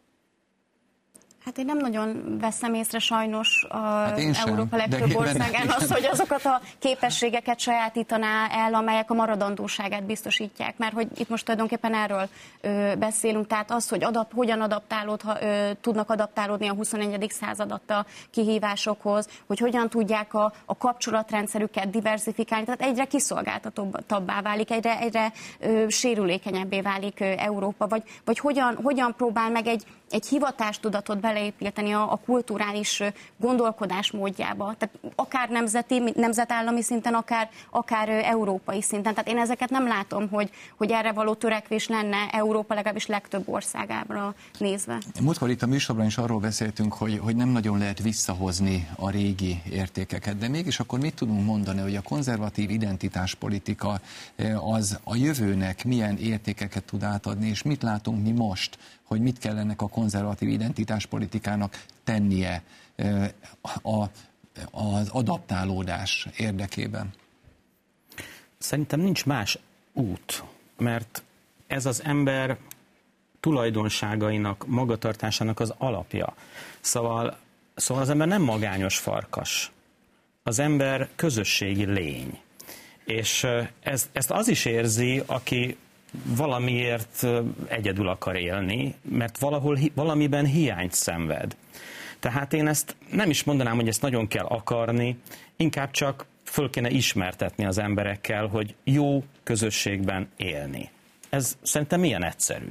Hát én nem nagyon veszem észre sajnos a hát Európa legtöbb országán az, hogy azokat a képességeket sajátítaná el, amelyek a maradandóságát biztosítják. Mert hogy itt most tulajdonképpen erről ö, beszélünk, tehát az, hogy adap, hogyan adaptálódha, ö, tudnak adaptálódni a huszonegyedik század adta kihívásokhoz, hogy hogyan tudják a, a kapcsolatrendszerüket diversifikálni, tehát egyre kiszolgáltatottabbá válik, egyre, egyre ö, sérülékenyebbé válik ö, Európa, vagy, vagy hogyan, hogyan próbál meg egy, egy hivatástudatot beleépíteni a, a kulturális gondolkodás módjába. Tehát akár nemzeti, nemzetállami szinten, akár, akár európai szinten. Tehát én ezeket nem látom, hogy, hogy erre való törekvés lenne Európa legalábbis legtöbb országára nézve. Múltkor itt a műsorban is arról beszéltünk, hogy, hogy nem nagyon lehet visszahozni a régi értékeket, de mégis akkor mit tudunk mondani, hogy a konzervatív identitáspolitika az a jövőnek milyen értékeket tud átadni, és mit látunk mi most, hogy mit kell ennek a konzervatív identitáspolitikának tennie a, az adaptálódás érdekében? Szerintem nincs más út, mert ez az ember tulajdonságainak, magatartásának az alapja. Szóval, szóval az ember nem magányos farkas. Az ember közösségi lény. És ez, ezt az is érzi, aki valamiért egyedül akar élni, mert valahol, valamiben hiányt szenved. Tehát én ezt nem is mondanám, hogy ezt nagyon kell akarni, inkább csak föl kéne ismertetni az emberekkel, hogy jó közösségben élni. Ez szerintem milyen egyszerű.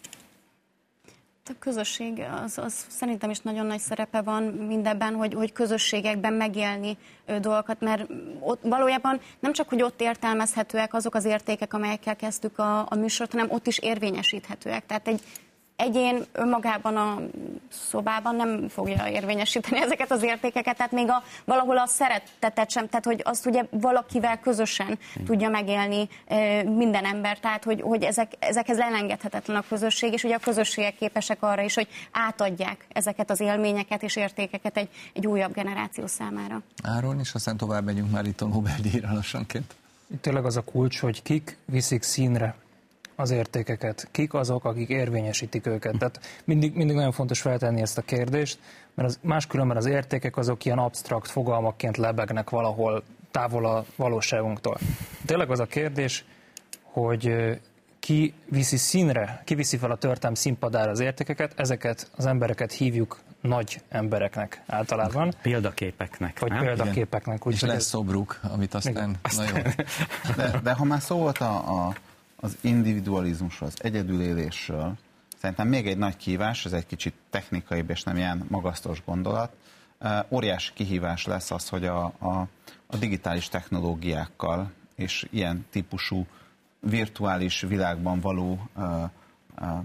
A közösség, az, az szerintem is nagyon nagy szerepe van mindebben, hogy, hogy közösségekben megélni ö, dolgokat, mert ott valójában nem csak, hogy ott értelmezhetőek azok az értékek, amelyekkel kezdtük a, a műsort, hanem ott is érvényesíthetőek. Tehát egy egyén önmagában a szobában nem fogja érvényesíteni ezeket az értékeket, tehát még a, valahol a szeretetet sem, tehát hogy azt ugye valakivel közösen tudja megélni e, minden ember, tehát hogy, hogy ezek, ezekhez elengedhetetlen a közösség, és ugye a közösségek képesek arra is, hogy átadják ezeket az élményeket és értékeket egy, egy újabb generáció számára. Áron, és aztán tovább megyünk már itt a Nobel-díjra lassanként. Itt tényleg az a kulcs, hogy kik viszik színre az értékeket, kik azok, akik érvényesítik őket. Tehát mindig, mindig nagyon fontos feltenni ezt a kérdést, mert az, máskülönben az értékek azok ilyen absztrakt fogalmakként lebegnek valahol távol a valóságunktól. Tényleg az a kérdés, hogy ki viszi színre, ki viszi fel a történelem színpadára az értékeket, ezeket az embereket hívjuk nagy embereknek általában. Példaképeknek. Vagy nem? példaképeknek. Úgy, és lesz ez... szobruk, amit aztán... aztán... De, de ha már szó volt a, a az individualizmusról, az egyedülélésről. Szerintem még egy nagy kihívás, ez egy kicsit technikaibb és nem ilyen magasztos gondolat. Óriási kihívás lesz az, hogy a, a, a digitális technológiákkal és ilyen típusú virtuális világban való uh, uh,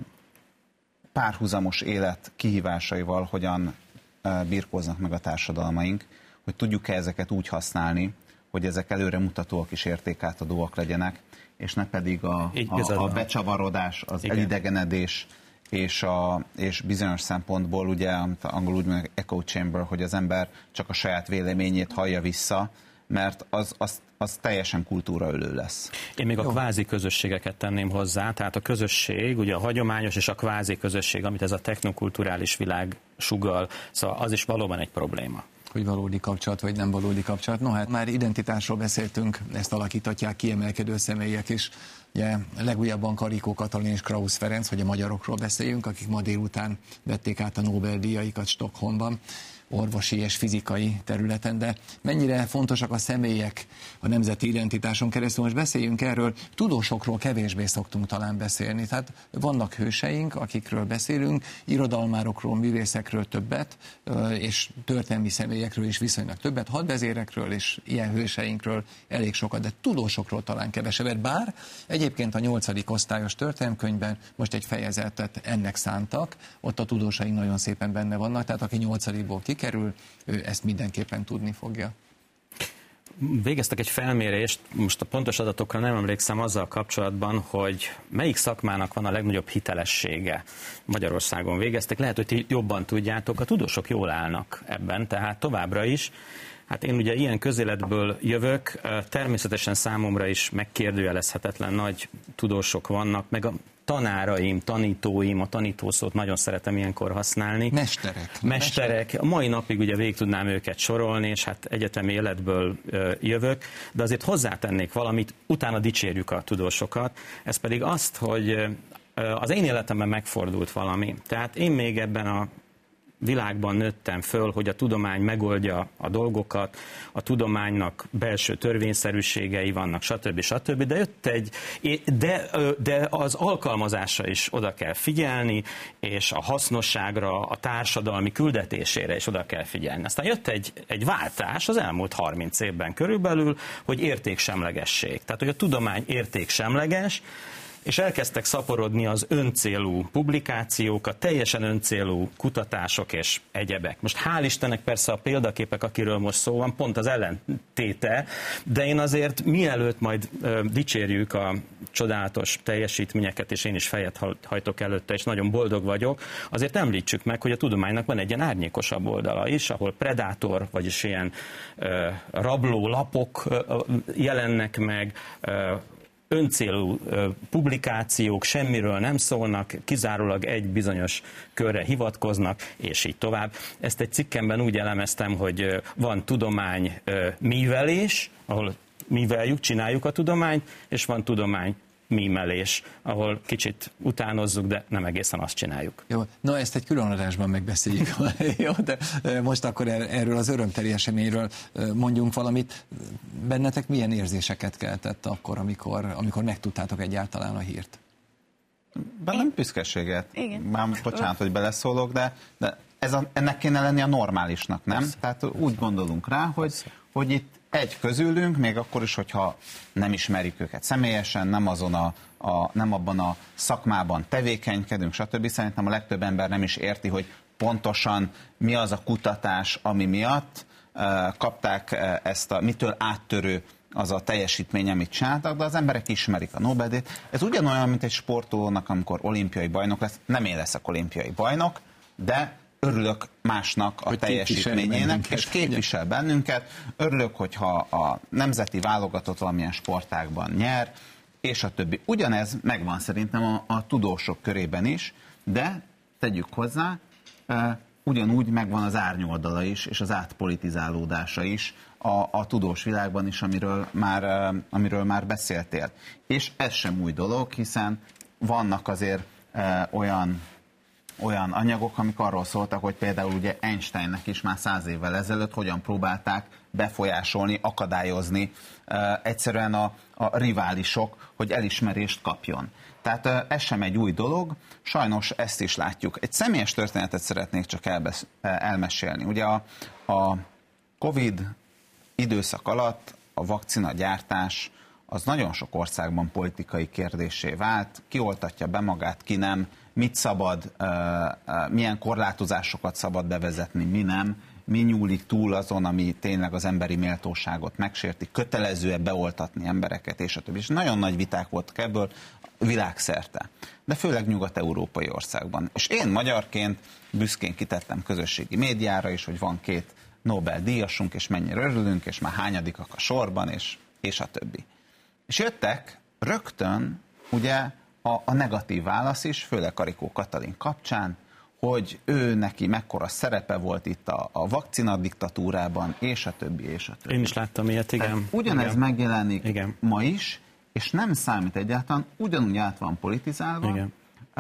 párhuzamos élet kihívásaival hogyan uh, birkóznak meg a társadalmaink, hogy tudjuk-e ezeket úgy használni, hogy ezek előremutatóak és értékátadóak legyenek, és ne pedig a, a, a becsavarodás, az igen. elidegenedés, és, a, és bizonyos szempontból, ugye, amit angolul úgy mondják, echo chamber, hogy az ember csak a saját véleményét hallja vissza, mert az, az, az teljesen kultúraölő lesz. Én még a kvázi közösségeket tenném hozzá, tehát a közösség, ugye a hagyományos és a kvázi közösség, amit ez a technokulturális világ sugall, szóval az is valóban egy probléma. Hogy valódi kapcsolat, vagy nem valódi kapcsolat. No, hát már identitásról beszéltünk, ezt alakítatják kiemelkedő személyek is. Ugye legújabban Karikó Katalin és Krausz Ferenc, hogy a magyarokról beszéljünk, akik ma délután vették át a Nobel-díjaikat Stockholmban, orvosi és fizikai területen, de mennyire fontosak a személyek a nemzeti identitáson keresztül. Most beszéljünk erről, tudósokról kevésbé szoktunk talán beszélni. Tehát vannak hőseink, akikről beszélünk, irodalmárokról, művészekről többet, és történelmi személyekről is viszonylag többet, hadvezérekről és ilyen hőseinkről elég sokat, de tudósokról talán kevesebbet. Bár egyébként a nyolcadik osztályos történelemkönyvben most egy fejezetet ennek szántak, ott a tudósaink nagyon szépen benne vannak, tehát aki nyolcadikból kikerül, ő ezt mindenképpen tudni fogja. végeztek egy felmérést, most a pontos adatokra nem emlékszem azzal kapcsolatban, hogy melyik szakmának van a legnagyobb hitelessége. Magyarországon végeztek, lehet, hogy ti jobban tudjátok, a tudósok jól állnak ebben, tehát továbbra is. Hát én ugye ilyen közéletből jövök, természetesen számomra is megkérdőjelezhetetlen nagy tudósok vannak, meg a tanáraim, tanítóim, a tanítószót nagyon szeretem ilyenkor használni. Mesterek. Mesterek. A mai napig ugye végig tudnám őket sorolni, és hát egyetemi életből jövök, de azért hozzátennék valamit, utána dicsérjük a tudósokat, ez pedig azt, hogy az én életemben megfordult valami. Tehát én még ebben a világban nőttem föl, hogy a tudomány megoldja a dolgokat, a tudománynak belső törvényszerűségei vannak, stb. stb. De jött egy, de, de az alkalmazásra is oda kell figyelni, és a hasznosságra, a társadalmi küldetésére is oda kell figyelni. Aztán jött egy, egy váltás az elmúlt harminc évben körülbelül, hogy értéksemlegesség. Tehát, hogy a tudomány értéksemleges, és elkezdtek szaporodni az öncélú publikációk, a teljesen öncélú kutatások és egyebek. Most hál' Istennek persze a példaképek, akiről most szó van, pont az ellentéte, de én azért mielőtt majd ö, dicsérjük a csodálatos teljesítményeket, és én is fejet hajtok előtte, és nagyon boldog vagyok, azért említsük meg, hogy a tudománynak van egy ilyen árnyékosabb oldala is, ahol predátor, vagyis ilyen ö, rabló lapok ö, jelennek meg, ö, öncélú publikációk semmiről nem szólnak, kizárólag egy bizonyos körre hivatkoznak, és így tovább. Ezt egy cikkemben úgy elemeztem, hogy van tudomány mívelés, ahol míveljük, csináljuk a tudományt, és van tudomány mímelés, ahol kicsit utánozzuk, de nem egészen azt csináljuk. Jó, no ezt egy külön adásban megbeszéljük. Jó, de most akkor erről az örömteli eseményről mondjunk valamit. Bennetek milyen érzéseket keltett akkor, amikor, amikor megtudtátok egyáltalán a hírt? Bennem büszkeséget. Igen. Már bocsánat, hogy beleszólok, de, de ez a, ennek kéne lenni a normálisnak, nem? Persze. Tehát úgy gondolunk rá, hogy, hogy itt egy közülünk, még akkor is, hogyha nem ismerjük őket személyesen, nem, azon a, a, nem abban a szakmában tevékenykedünk, stb. Szerintem a legtöbb ember nem is érti, hogy pontosan mi az a kutatás, ami miatt uh, kapták uh, ezt a, mitől áttörő az a teljesítmény, amit csináltak, de az emberek ismerik a Nobel-díjat. Ez ugyanolyan, mint egy sportolónak, amikor olimpiai bajnok lesz. Nem én leszek olimpiai bajnok, de örülök másnak a hogy teljesítményének, és képvisel bennünket. Örülök, hogyha a nemzeti válogatott valamilyen sportágban nyer, és a többi. Ugyanez megvan szerintem a, a tudósok körében is, de tegyük hozzá, e, ugyanúgy megvan az árnyoldala is, és az átpolitizálódása is a, a tudós világban is, amiről már, e, amiről már beszéltél. És ez sem új dolog, hiszen vannak azért e, olyan olyan anyagok, amik arról szóltak, hogy például ugye Einsteinnek is már száz évvel ezelőtt hogyan próbálták befolyásolni, akadályozni uh, egyszerűen a, a riválisok, hogy elismerést kapjon. Tehát uh, ez sem egy új dolog, sajnos ezt is látjuk. Egy személyes történetet szeretnék csak elbesz, elmesélni. Ugye a, a Covid időszak alatt a vakcinagyártás az nagyon sok országban politikai kérdéssé vált, ki oltatja be magát, ki nem, mit szabad, milyen korlátozásokat szabad bevezetni, mi nem, mi nyúlik túl azon, ami tényleg az emberi méltóságot megsérti, kötelező-e beoltatni embereket, és a többi. És nagyon nagy viták voltak ebből világszerte, de főleg nyugat-európai országban. És én magyarként büszkén kitettem közösségi médiára is, hogy van két Nobel-díjasunk, és mennyire örülünk, és már hányadikak a sorban, és, és a többi. És jöttek rögtön, ugye, A, a negatív válasz is, főleg Karikó Katalin kapcsán, hogy ő neki mekkora szerepe volt itt a, a vakcina diktatúrában, és a többi, és a többi. Én is láttam ilyet, igen. Tehát ugyanez igen. megjelenik igen. ma is, és nem számít egyáltalán, ugyanúgy át van politizálva, igen.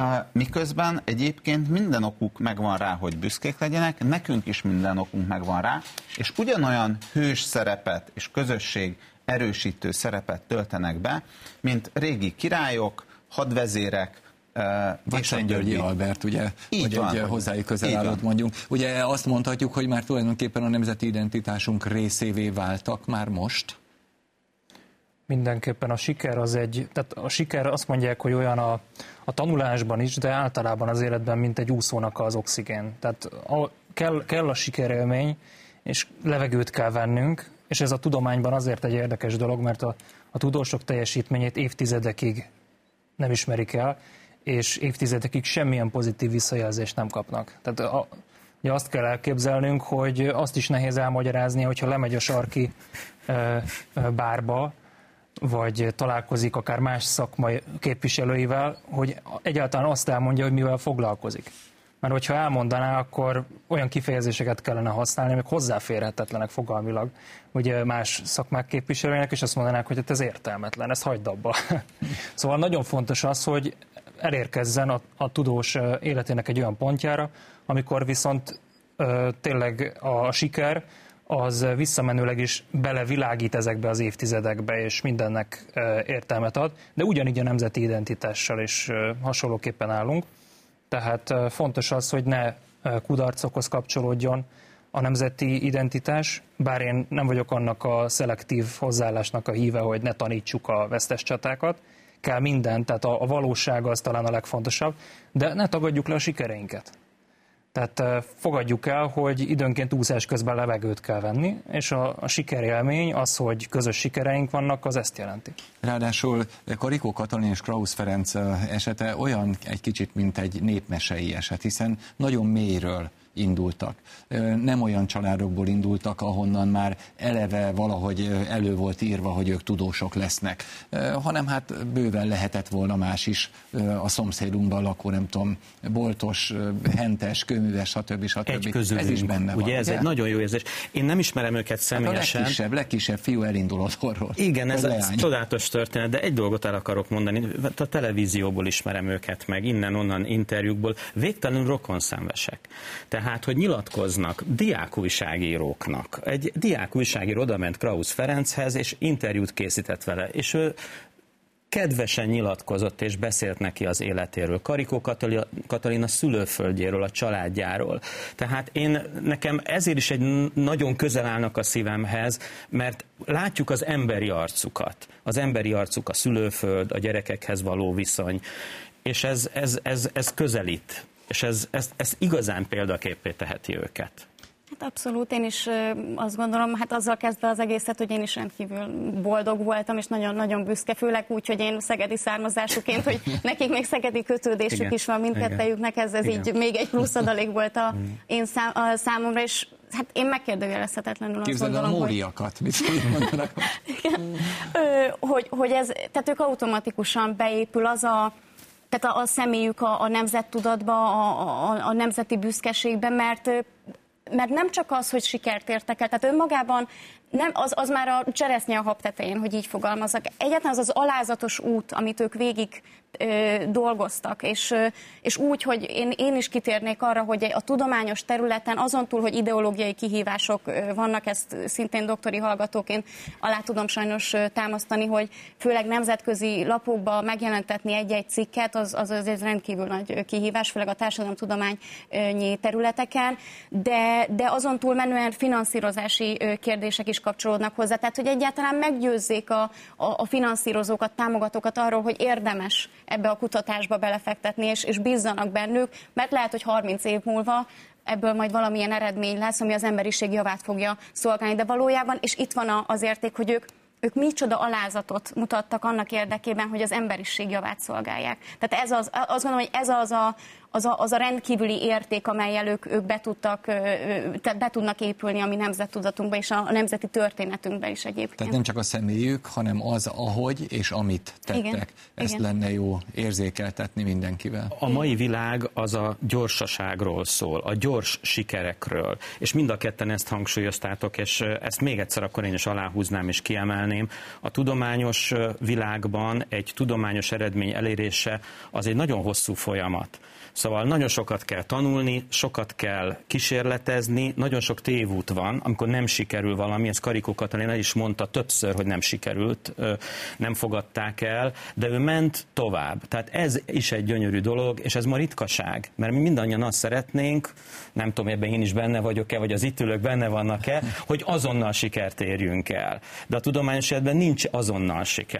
miközben egyébként minden okuk megvan rá, hogy büszkék legyenek, nekünk is minden okunk megvan rá, és ugyanolyan hős szerepet és közösség erősítő szerepet töltenek be, mint régi királyok, hadvezérek, vagy Szent-Györgyi Albert, ugye, így hogy egy hozzájuk közel állott mondjunk. Ugye azt mondhatjuk, hogy már tulajdonképpen a nemzeti identitásunk részévé váltak már most? Mindenképpen a siker az egy, tehát a siker azt mondják, hogy olyan a, a tanulásban is, de általában az életben, mint egy úszónak az oxigén. Tehát a, kell, kell a sikerélmény, és levegőt kell vennünk, és ez a tudományban azért egy érdekes dolog, mert a, a tudósok teljesítményét évtizedekig nem ismerik el, és évtizedekig semmilyen pozitív visszajelzést nem kapnak. Tehát a, ugye azt kell elképzelnünk, hogy azt is nehéz elmagyarázni, hogyha lemegy a sarki e, bárba, vagy találkozik akár más szakmai képviselőivel, hogy egyáltalán azt elmondja, hogy mivel foglalkozik. Mert hogyha elmondaná, akkor olyan kifejezéseket kellene használni, amik hozzáférhetetlenek fogalmilag ugye más szakmák képviselőinek, és azt mondanák, hogy ez értelmetlen, ezt hagyd abba. Szóval nagyon fontos az, hogy elérkezzen a, a tudós életének egy olyan pontjára, amikor viszont ö, tényleg a siker az visszamenőleg is belevilágít ezekbe az évtizedekbe, és mindennek ö, értelmet ad, de ugyanígy a nemzeti identitással is ö, hasonlóképpen állunk. Tehát ö, fontos az, hogy ne ö, kudarcokhoz kapcsolódjon a nemzeti identitás, bár én nem vagyok annak a szelektív hozzáállásnak a híve, hogy ne tanítsuk a vesztes csatákat, kell minden, tehát a, a valóság az talán a legfontosabb, de ne tagadjuk le a sikereinket. Tehát fogadjuk el, hogy időnként úszás közben levegőt kell venni, és a, a sikerélmény, az, hogy közös sikereink vannak, az ezt jelenti. Ráadásul Karikó Katalin és Krausz Ferenc esete olyan egy kicsit, mint egy népmesei eset, hiszen nagyon mélyről indultak. Nem olyan családokból indultak, ahonnan már eleve valahogy elő volt írva, hogy ők tudósok lesznek, hanem hát bőven lehetett volna más is a szomszédunkban lakó, nem tudom, boltos, hentes, kőműves, stb. stb. Egy közülünk, ez is benne van. Ugye ez ugye? Egy nagyon jó érzés. Én nem ismerem őket személyesen. Hát a legkisebb, legkisebb fiú elindul otthonról. Igen, ez, ez csodálatos történet, de egy dolgot el akarok mondani. A televízióból ismerem őket meg, innen-onnan interjúkból. Végtelenül rokonszenvesek. Tehát, hogy nyilatkoznak diákújságíróknak. Egy diákújságíró odament Krausz Ferenchez, és interjút készített vele, és ő kedvesen nyilatkozott és beszélt neki az életéről, Karikó Katalin a szülőföldjéről, a családjáról. Tehát én, nekem ezért is egy nagyon közel állnak a szívemhez, mert látjuk az emberi arcukat. Az emberi arcuk a szülőföld, a gyerekekhez való viszony, és ez, ez, ez, ez közelít. És ez, ez, ez igazán példaképpé teheti őket. Hát abszolút, én is azt gondolom, hát azzal kezdve az egészet, hogy én is rendkívül boldog voltam, és nagyon-nagyon büszke, főleg úgy, hogy én szegedi származásuként, hogy nekik még szegedi kötődésük igen, is van mindkettejüknek, ez, ez így még egy plusz adalék volt a, én szám, a számomra, és hát én megkérdőjelezhetetlenül azt gondolom, hogy... Képzeld a móriakat, mit mondanak? hogy, hogy ez, tehát ők automatikusan beépül az a tehát a, a személyük a, a nemzettudatba, a, a, a nemzeti büszkeségbe, mert, mert nem csak az, hogy sikert értek el, tehát önmagában nem, az, az már a cseresznye a hab tetején, hogy így fogalmazok. Egyáltalán az az alázatos út, amit ők végig ö, dolgoztak, és, ö, és úgy, hogy én, én is kitérnék arra, hogy a tudományos területen azon túl, hogy ideológiai kihívások ö, vannak, ezt szintén doktori hallgatóként alá tudom sajnos ö, támasztani, hogy főleg nemzetközi lapokba megjelentetni egy-egy cikket, az, az, az egy rendkívül nagy kihívás, főleg a társadalomtudományi területeken, de, de azon túl menően finanszírozási ö, kérdések is kapcsolódnak hozzá, tehát hogy egyáltalán meggyőzzék a, a, a finanszírozókat, támogatókat arról, hogy érdemes ebbe a kutatásba belefektetni, és, és bízzanak bennük, mert lehet, hogy harminc év múlva ebből majd valamilyen eredmény lesz, ami az emberiség javát fogja szolgálni, de valójában, és itt van az érték, hogy ők ők micsoda alázatot mutattak annak érdekében, hogy az emberiség javát szolgálják. Tehát ez az, azt gondolom, hogy ez az a, az a, az a rendkívüli érték, amellyel ők, ők be, tudtak, tehát be tudnak épülni a mi nemzettudatunkba és a nemzeti történetünkbe is egyébként. Tehát nem csak a személyük, hanem az, ahogy és amit tettek. Igen, ezt igen. lenne jó érzékeltetni mindenkivel. A mai világ az a gyorsaságról szól, a gyors sikerekről, és mind a ketten ezt hangsúlyoztátok, és ezt még egyszer akkor én is aláhúznám és kiemelném. A tudományos világban egy tudományos eredmény elérése az egy nagyon hosszú folyamat. Szóval nagyon sokat kell tanulni, sokat kell kísérletezni, nagyon sok tévút van, amikor nem sikerül valami, ez Karikó Katalin el is mondta többször, hogy nem sikerült, nem fogadták el, de ő ment tovább. Tehát ez is egy gyönyörű dolog, és ez ma ritkaság, mert mi mindannyian azt szeretnénk, nem tudom, ebben én is benne vagyok-e, vagy az itt ülők benne vannak-e, hogy azonnal sikert érjünk el. De a tudományos életben nincs azonnal siker.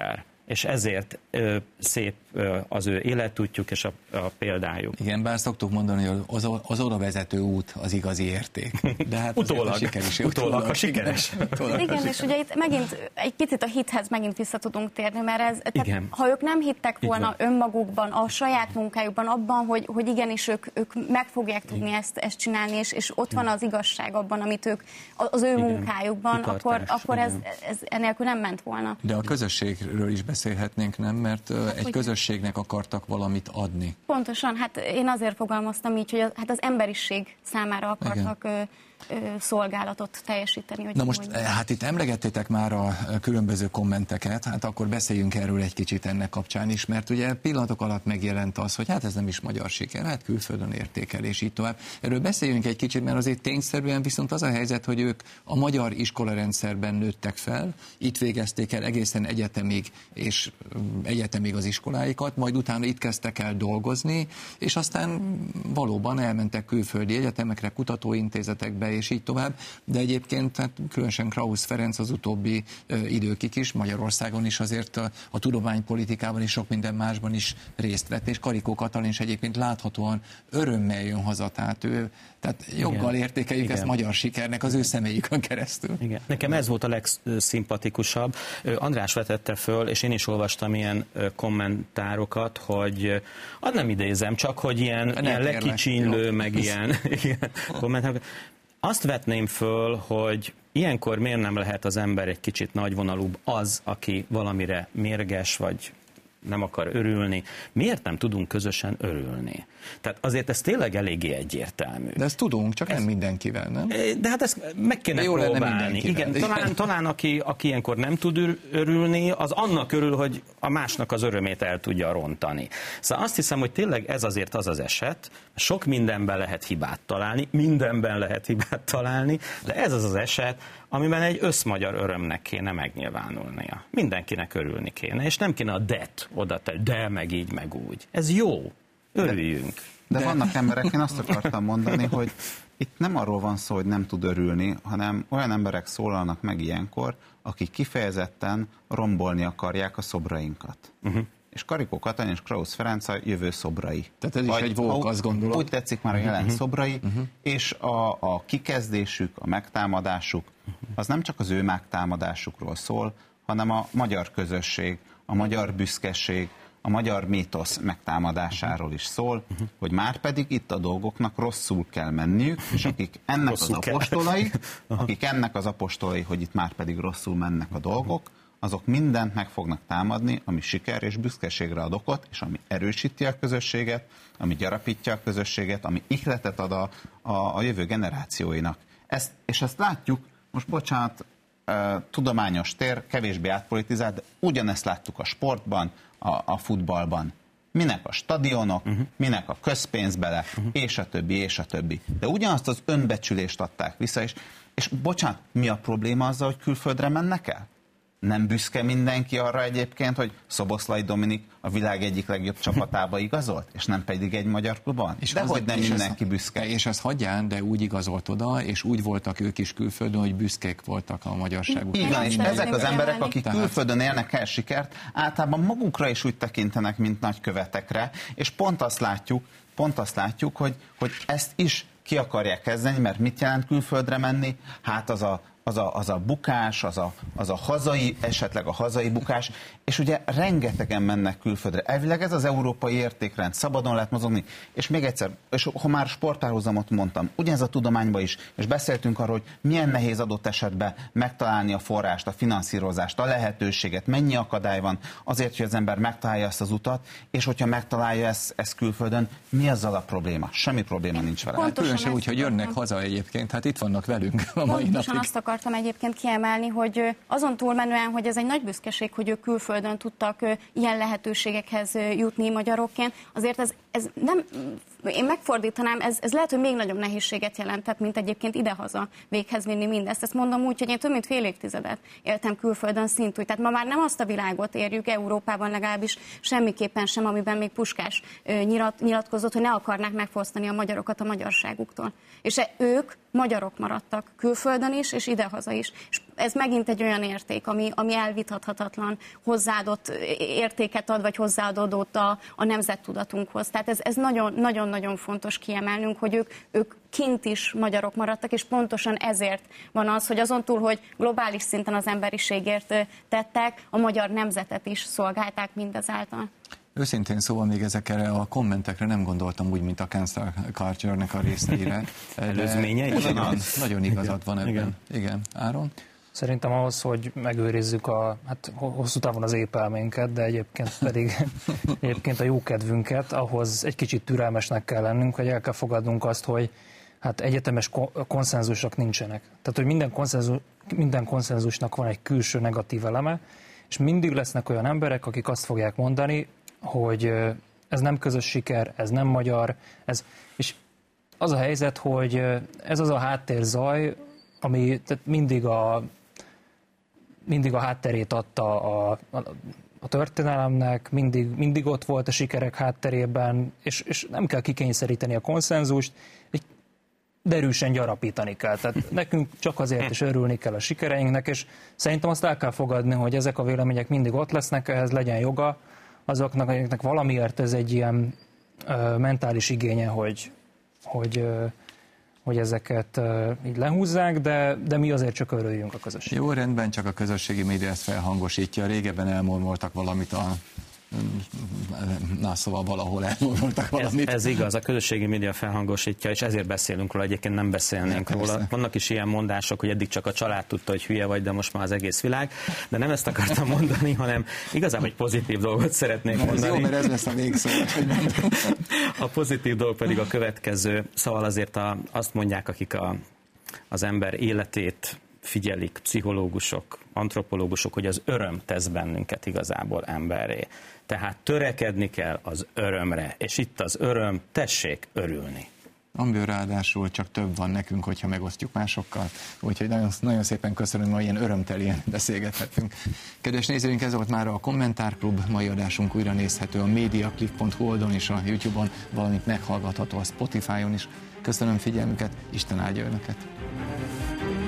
és ezért ö, szép ö, az ő életútjuk és a, a példájuk. Igen, bár szoktuk mondani, hogy az, az oda vezető út az igazi érték. De hát utólag, a sikeres, utólag a sikeres. Utólag igen, sikeres. És ugye itt megint egy picit a hithez megint vissza tudunk térni, mert ez, tehát, ha ők nem hittek volna önmagukban, a saját munkájukban, abban, hogy, hogy igenis ők, ők meg fogják tudni ezt, ezt csinálni, és, és ott van az igazság abban, amit ők az ő igen. munkájukban, Kitartás, akkor, akkor ez, ez enélkül nem ment volna. De a közösségről is beszélhetnénk, nem? Mert egy közösségnek akartak valamit adni. Pontosan, hát én azért fogalmaztam így, hogy az, hát az emberiség számára akartak ö, ö, szolgálatot teljesíteni. Hogy Na most, mondjam. hát itt emlegettétek már a különböző kommenteket, hát akkor beszéljünk erről egy kicsit ennek kapcsán is, mert ugye pillanatok alatt megjelent az, hogy hát ez nem is magyar siker, hát külföldön értékelés, így tovább. Erről beszéljünk egy kicsit, mert azért tényszerűen viszont az a helyzet, hogy ők a magyar iskolarendszerben nőttek fel, itt végezték el egészen egyetemig, és egyetemig az iskoláikat, majd utána itt kezdtek el dolgozni, és aztán valóban elmentek külföldi egyetemekre, kutatóintézetekbe, és így tovább, de egyébként hát különösen Krausz Ferenc az utóbbi ö, időkig is, Magyarországon is azért a, a tudománypolitikában és sok minden másban is részt vett, és Karikó Katalin is egyébként láthatóan örömmel jön haza, tehát ő, tehát joggal igen. értékeljük igen. ezt magyar sikernek az ő személyükön keresztül. Igen. Nekem ez volt a legszimpatikusabb. András vetette föl, és én is olvastam ilyen kommentárokat, hogy ad nem idézem, csak hogy ilyen, ilyen lekicsinlő, meg ilyen, ilyen kommentárokat. Azt vetném föl, hogy ilyenkor miért nem lehet az ember egy kicsit nagyvonalúbb az, aki valamire mérges, vagy nem akar örülni. Miért nem tudunk közösen örülni? Tehát azért ez tényleg eléggé egyértelmű. De ezt tudunk, csak ez, nem mindenkivel, nem? De hát ezt meg kéne jó próbálni. Igen, talán, talán aki, aki ilyenkor nem tud örülni, az annak örül, hogy a másnak az örömét el tudja rontani. Szóval azt hiszem, hogy tényleg ez azért az az eset, sok mindenben lehet hibát találni, mindenben lehet hibát találni, de ez az az eset, amiben egy összmagyar örömnek kéne megnyilvánulnia. Mindenkinek örülni kéne, és nem kéne a det oda tenni, de meg így, meg úgy. Ez jó. Örüljünk. De, de vannak emberek, én azt akartam mondani, hogy itt nem arról van szó, hogy nem tud örülni, hanem olyan emberek szólalnak meg ilyenkor, akik kifejezetten rombolni akarják a szobrainkat. Uh-huh. És Karikó Katalin és Krausz Ferenc a jövő szobrai. Tehát ez is Vagy, egy vók, azt gondolom. Úgy tetszik már a jelen uh-huh. szobrai, uh-huh. és a, a kikezdésük, a megtámadásuk, az nem csak az ő megtámadásukról szól, hanem a magyar közösség, a magyar büszkeség, a magyar mítosz megtámadásáról is szól, uh-huh. hogy már pedig itt a dolgoknak rosszul kell menniük, és akik ennek rosszul az apostolai, akik ennek az apostolai, hogy itt már pedig rosszul mennek a dolgok, azok mindent meg fognak támadni, ami siker és büszkeségre ad okot, és ami erősíti a közösséget, ami gyarapítja a közösséget, ami ihletet ad a, a, a jövő generációinak. Ezt, és ezt látjuk, most bocsánat, tudományos tér, kevésbé átpolitizált, de ugyanezt láttuk a sportban, a, a futballban. Minek a stadionok, uh-huh. minek a közpénz bele, uh-huh. és a többi, és a többi. De ugyanazt az önbecsülést adták vissza, és, és bocsánat, mi a probléma azzal, hogy külföldre mennek el? Nem büszke mindenki arra egyébként, hogy Szoboszlai Dominik a világ egyik legjobb csapatába igazolt, és nem pedig egy magyar klubban? És de hogy nem és mindenki ezt, büszke. És ez hagyján, de úgy igazolt oda, és úgy voltak ők is külföldön, hogy büszkék voltak a magyarságuk. Így van, és ezek az emberek, akik Tehát... külföldön élnek el sikert, általában magukra is úgy tekintenek, mint nagykövetekre, és pont azt látjuk, pont azt látjuk, hogy, hogy ezt is ki akarják kezdeni, mert mit jelent külföldre menni? Hát az a Az a, az a bukás, az a, az a hazai, esetleg a hazai bukás, és ugye rengetegen mennek külföldre. Elvileg ez az európai értékrend, szabadon lehet mozogni, és még egyszer, és ha már sportpárhuzamot mondtam, ugyanez a tudományban is, és beszéltünk arról, hogy milyen nehéz adott esetben megtalálni a forrást, a finanszírozást, a lehetőséget, mennyi akadály van azért, hogy az ember megtalálja ezt az utat, és hogyha megtalálja ezt, ezt külföldön, mi azzal a probléma? Semmi probléma nincs vele. Hát különösen úgy, hogy jönnek haza egyébként, hát itt vannak velünk a mai napig. Akartam egyébként kiemelni, hogy azon túlmenően, hogy ez egy nagy büszkeség, hogy ők külföldön tudtak ilyen lehetőségekhez jutni magyarokként, azért ez, ez nem, én megfordítanám, ez, ez lehet, hogy még nagyobb nehézséget jelentett, mint egyébként idehaza véghez vinni mindezt. Ezt mondom úgy, hogy én több mint fél évtizedet éltem külföldön szintúgy. Tehát ma már nem azt a világot érjük, Európában legalábbis semmiképpen sem, amiben még Puskás nyilat, nyilatkozott, hogy ne akarnák megfosztani a magyarokat a magyarságuktól. És ők magyarok maradtak külföldön is, és idehaza is. És ez megint egy olyan érték, ami, ami elvitathatatlan, hozzáadott értéket ad, vagy hozzáadódott a, a nemzettudatunkhoz. Tehát ez, ez nagyon, nagyon-nagyon fontos kiemelnünk, hogy ők, ők kint is magyarok maradtak, és pontosan ezért van az, hogy azon túl, hogy globális szinten az emberiségért tettek, a magyar nemzetet is szolgálták mindezáltal. Őszintén szóval még ezekre a kommentekre nem gondoltam úgy, mint a cancel culture-nek a részeire. Előzményei? Nagyon, nagyon igazad van ebben. Igen. Igen. Áron? Szerintem ahhoz, hogy megőrizzük a, hát hosszú távon az épelménket, de egyébként pedig egyébként a jókedvünket, ahhoz egy kicsit türelmesnek kell lennünk, hogy el kell fogadnunk azt, hogy hát egyetemes konszenzusok nincsenek. Tehát, hogy minden, konszenzus, minden konszenzusnak van egy külső negatív eleme, és mindig lesznek olyan emberek, akik azt fogják mondani, hogy ez nem közös siker, ez nem magyar, ez, és az a helyzet, hogy ez az a háttérzaj, ami tehát mindig a mindig a hátterét adta a, a, a történelemnek, mindig, mindig ott volt a sikerek hátterében, és, és nem kell kikényszeríteni a konszenzust, derűsen gyarapítani kell. Tehát nekünk csak azért is örülni kell a sikereinknek, és szerintem azt el kell fogadni, hogy ezek a vélemények mindig ott lesznek, ehhez legyen joga azoknak, akiknek valamiért ez egy ilyen ö, mentális igénye, hogy, hogy, ö, hogy ezeket ö, így lehúzzák, de, de mi azért csak örüljünk a közösség. Jó, rendben, csak a közösségi média ezt felhangosítja. Régebben elmormoltak valamit a Na, szóval valahol elmondtak valamit. Ez, ez igaz, a közösségi média felhangosítja, és ezért beszélünk róla, egyébként nem beszélnénk ja, róla. Vannak is ilyen mondások, hogy eddig csak a család tudta, hogy hülye vagy, de most már az egész világ. De nem ezt akartam mondani, hanem igazából egy pozitív dolgot szeretnék na, mondani. Ez jó, mert ez lesz a végszó. A pozitív dolog pedig a következő. Szóval azért a, azt mondják, akik a, az ember életét figyelik, pszichológusok, antropológusok, hogy az öröm tesz bennünket igazából emberré. Tehát törekedni kell az örömre, és itt az öröm, tessék örülni. Amiből ráadásul csak több van nekünk, hogyha megosztjuk másokkal. Úgyhogy nagyon, nagyon szépen köszönöm, hogy ilyen örömtelien beszélgethettünk. Kedves nézőink, ez volt már a Kommentárklub. Mai adásunk újra nézhető a mediaclick pont hu oldalon és a YouTube-on, valamint meghallgatható a Spotify-on is. Köszönöm figyelmüket, Isten áldja önöket!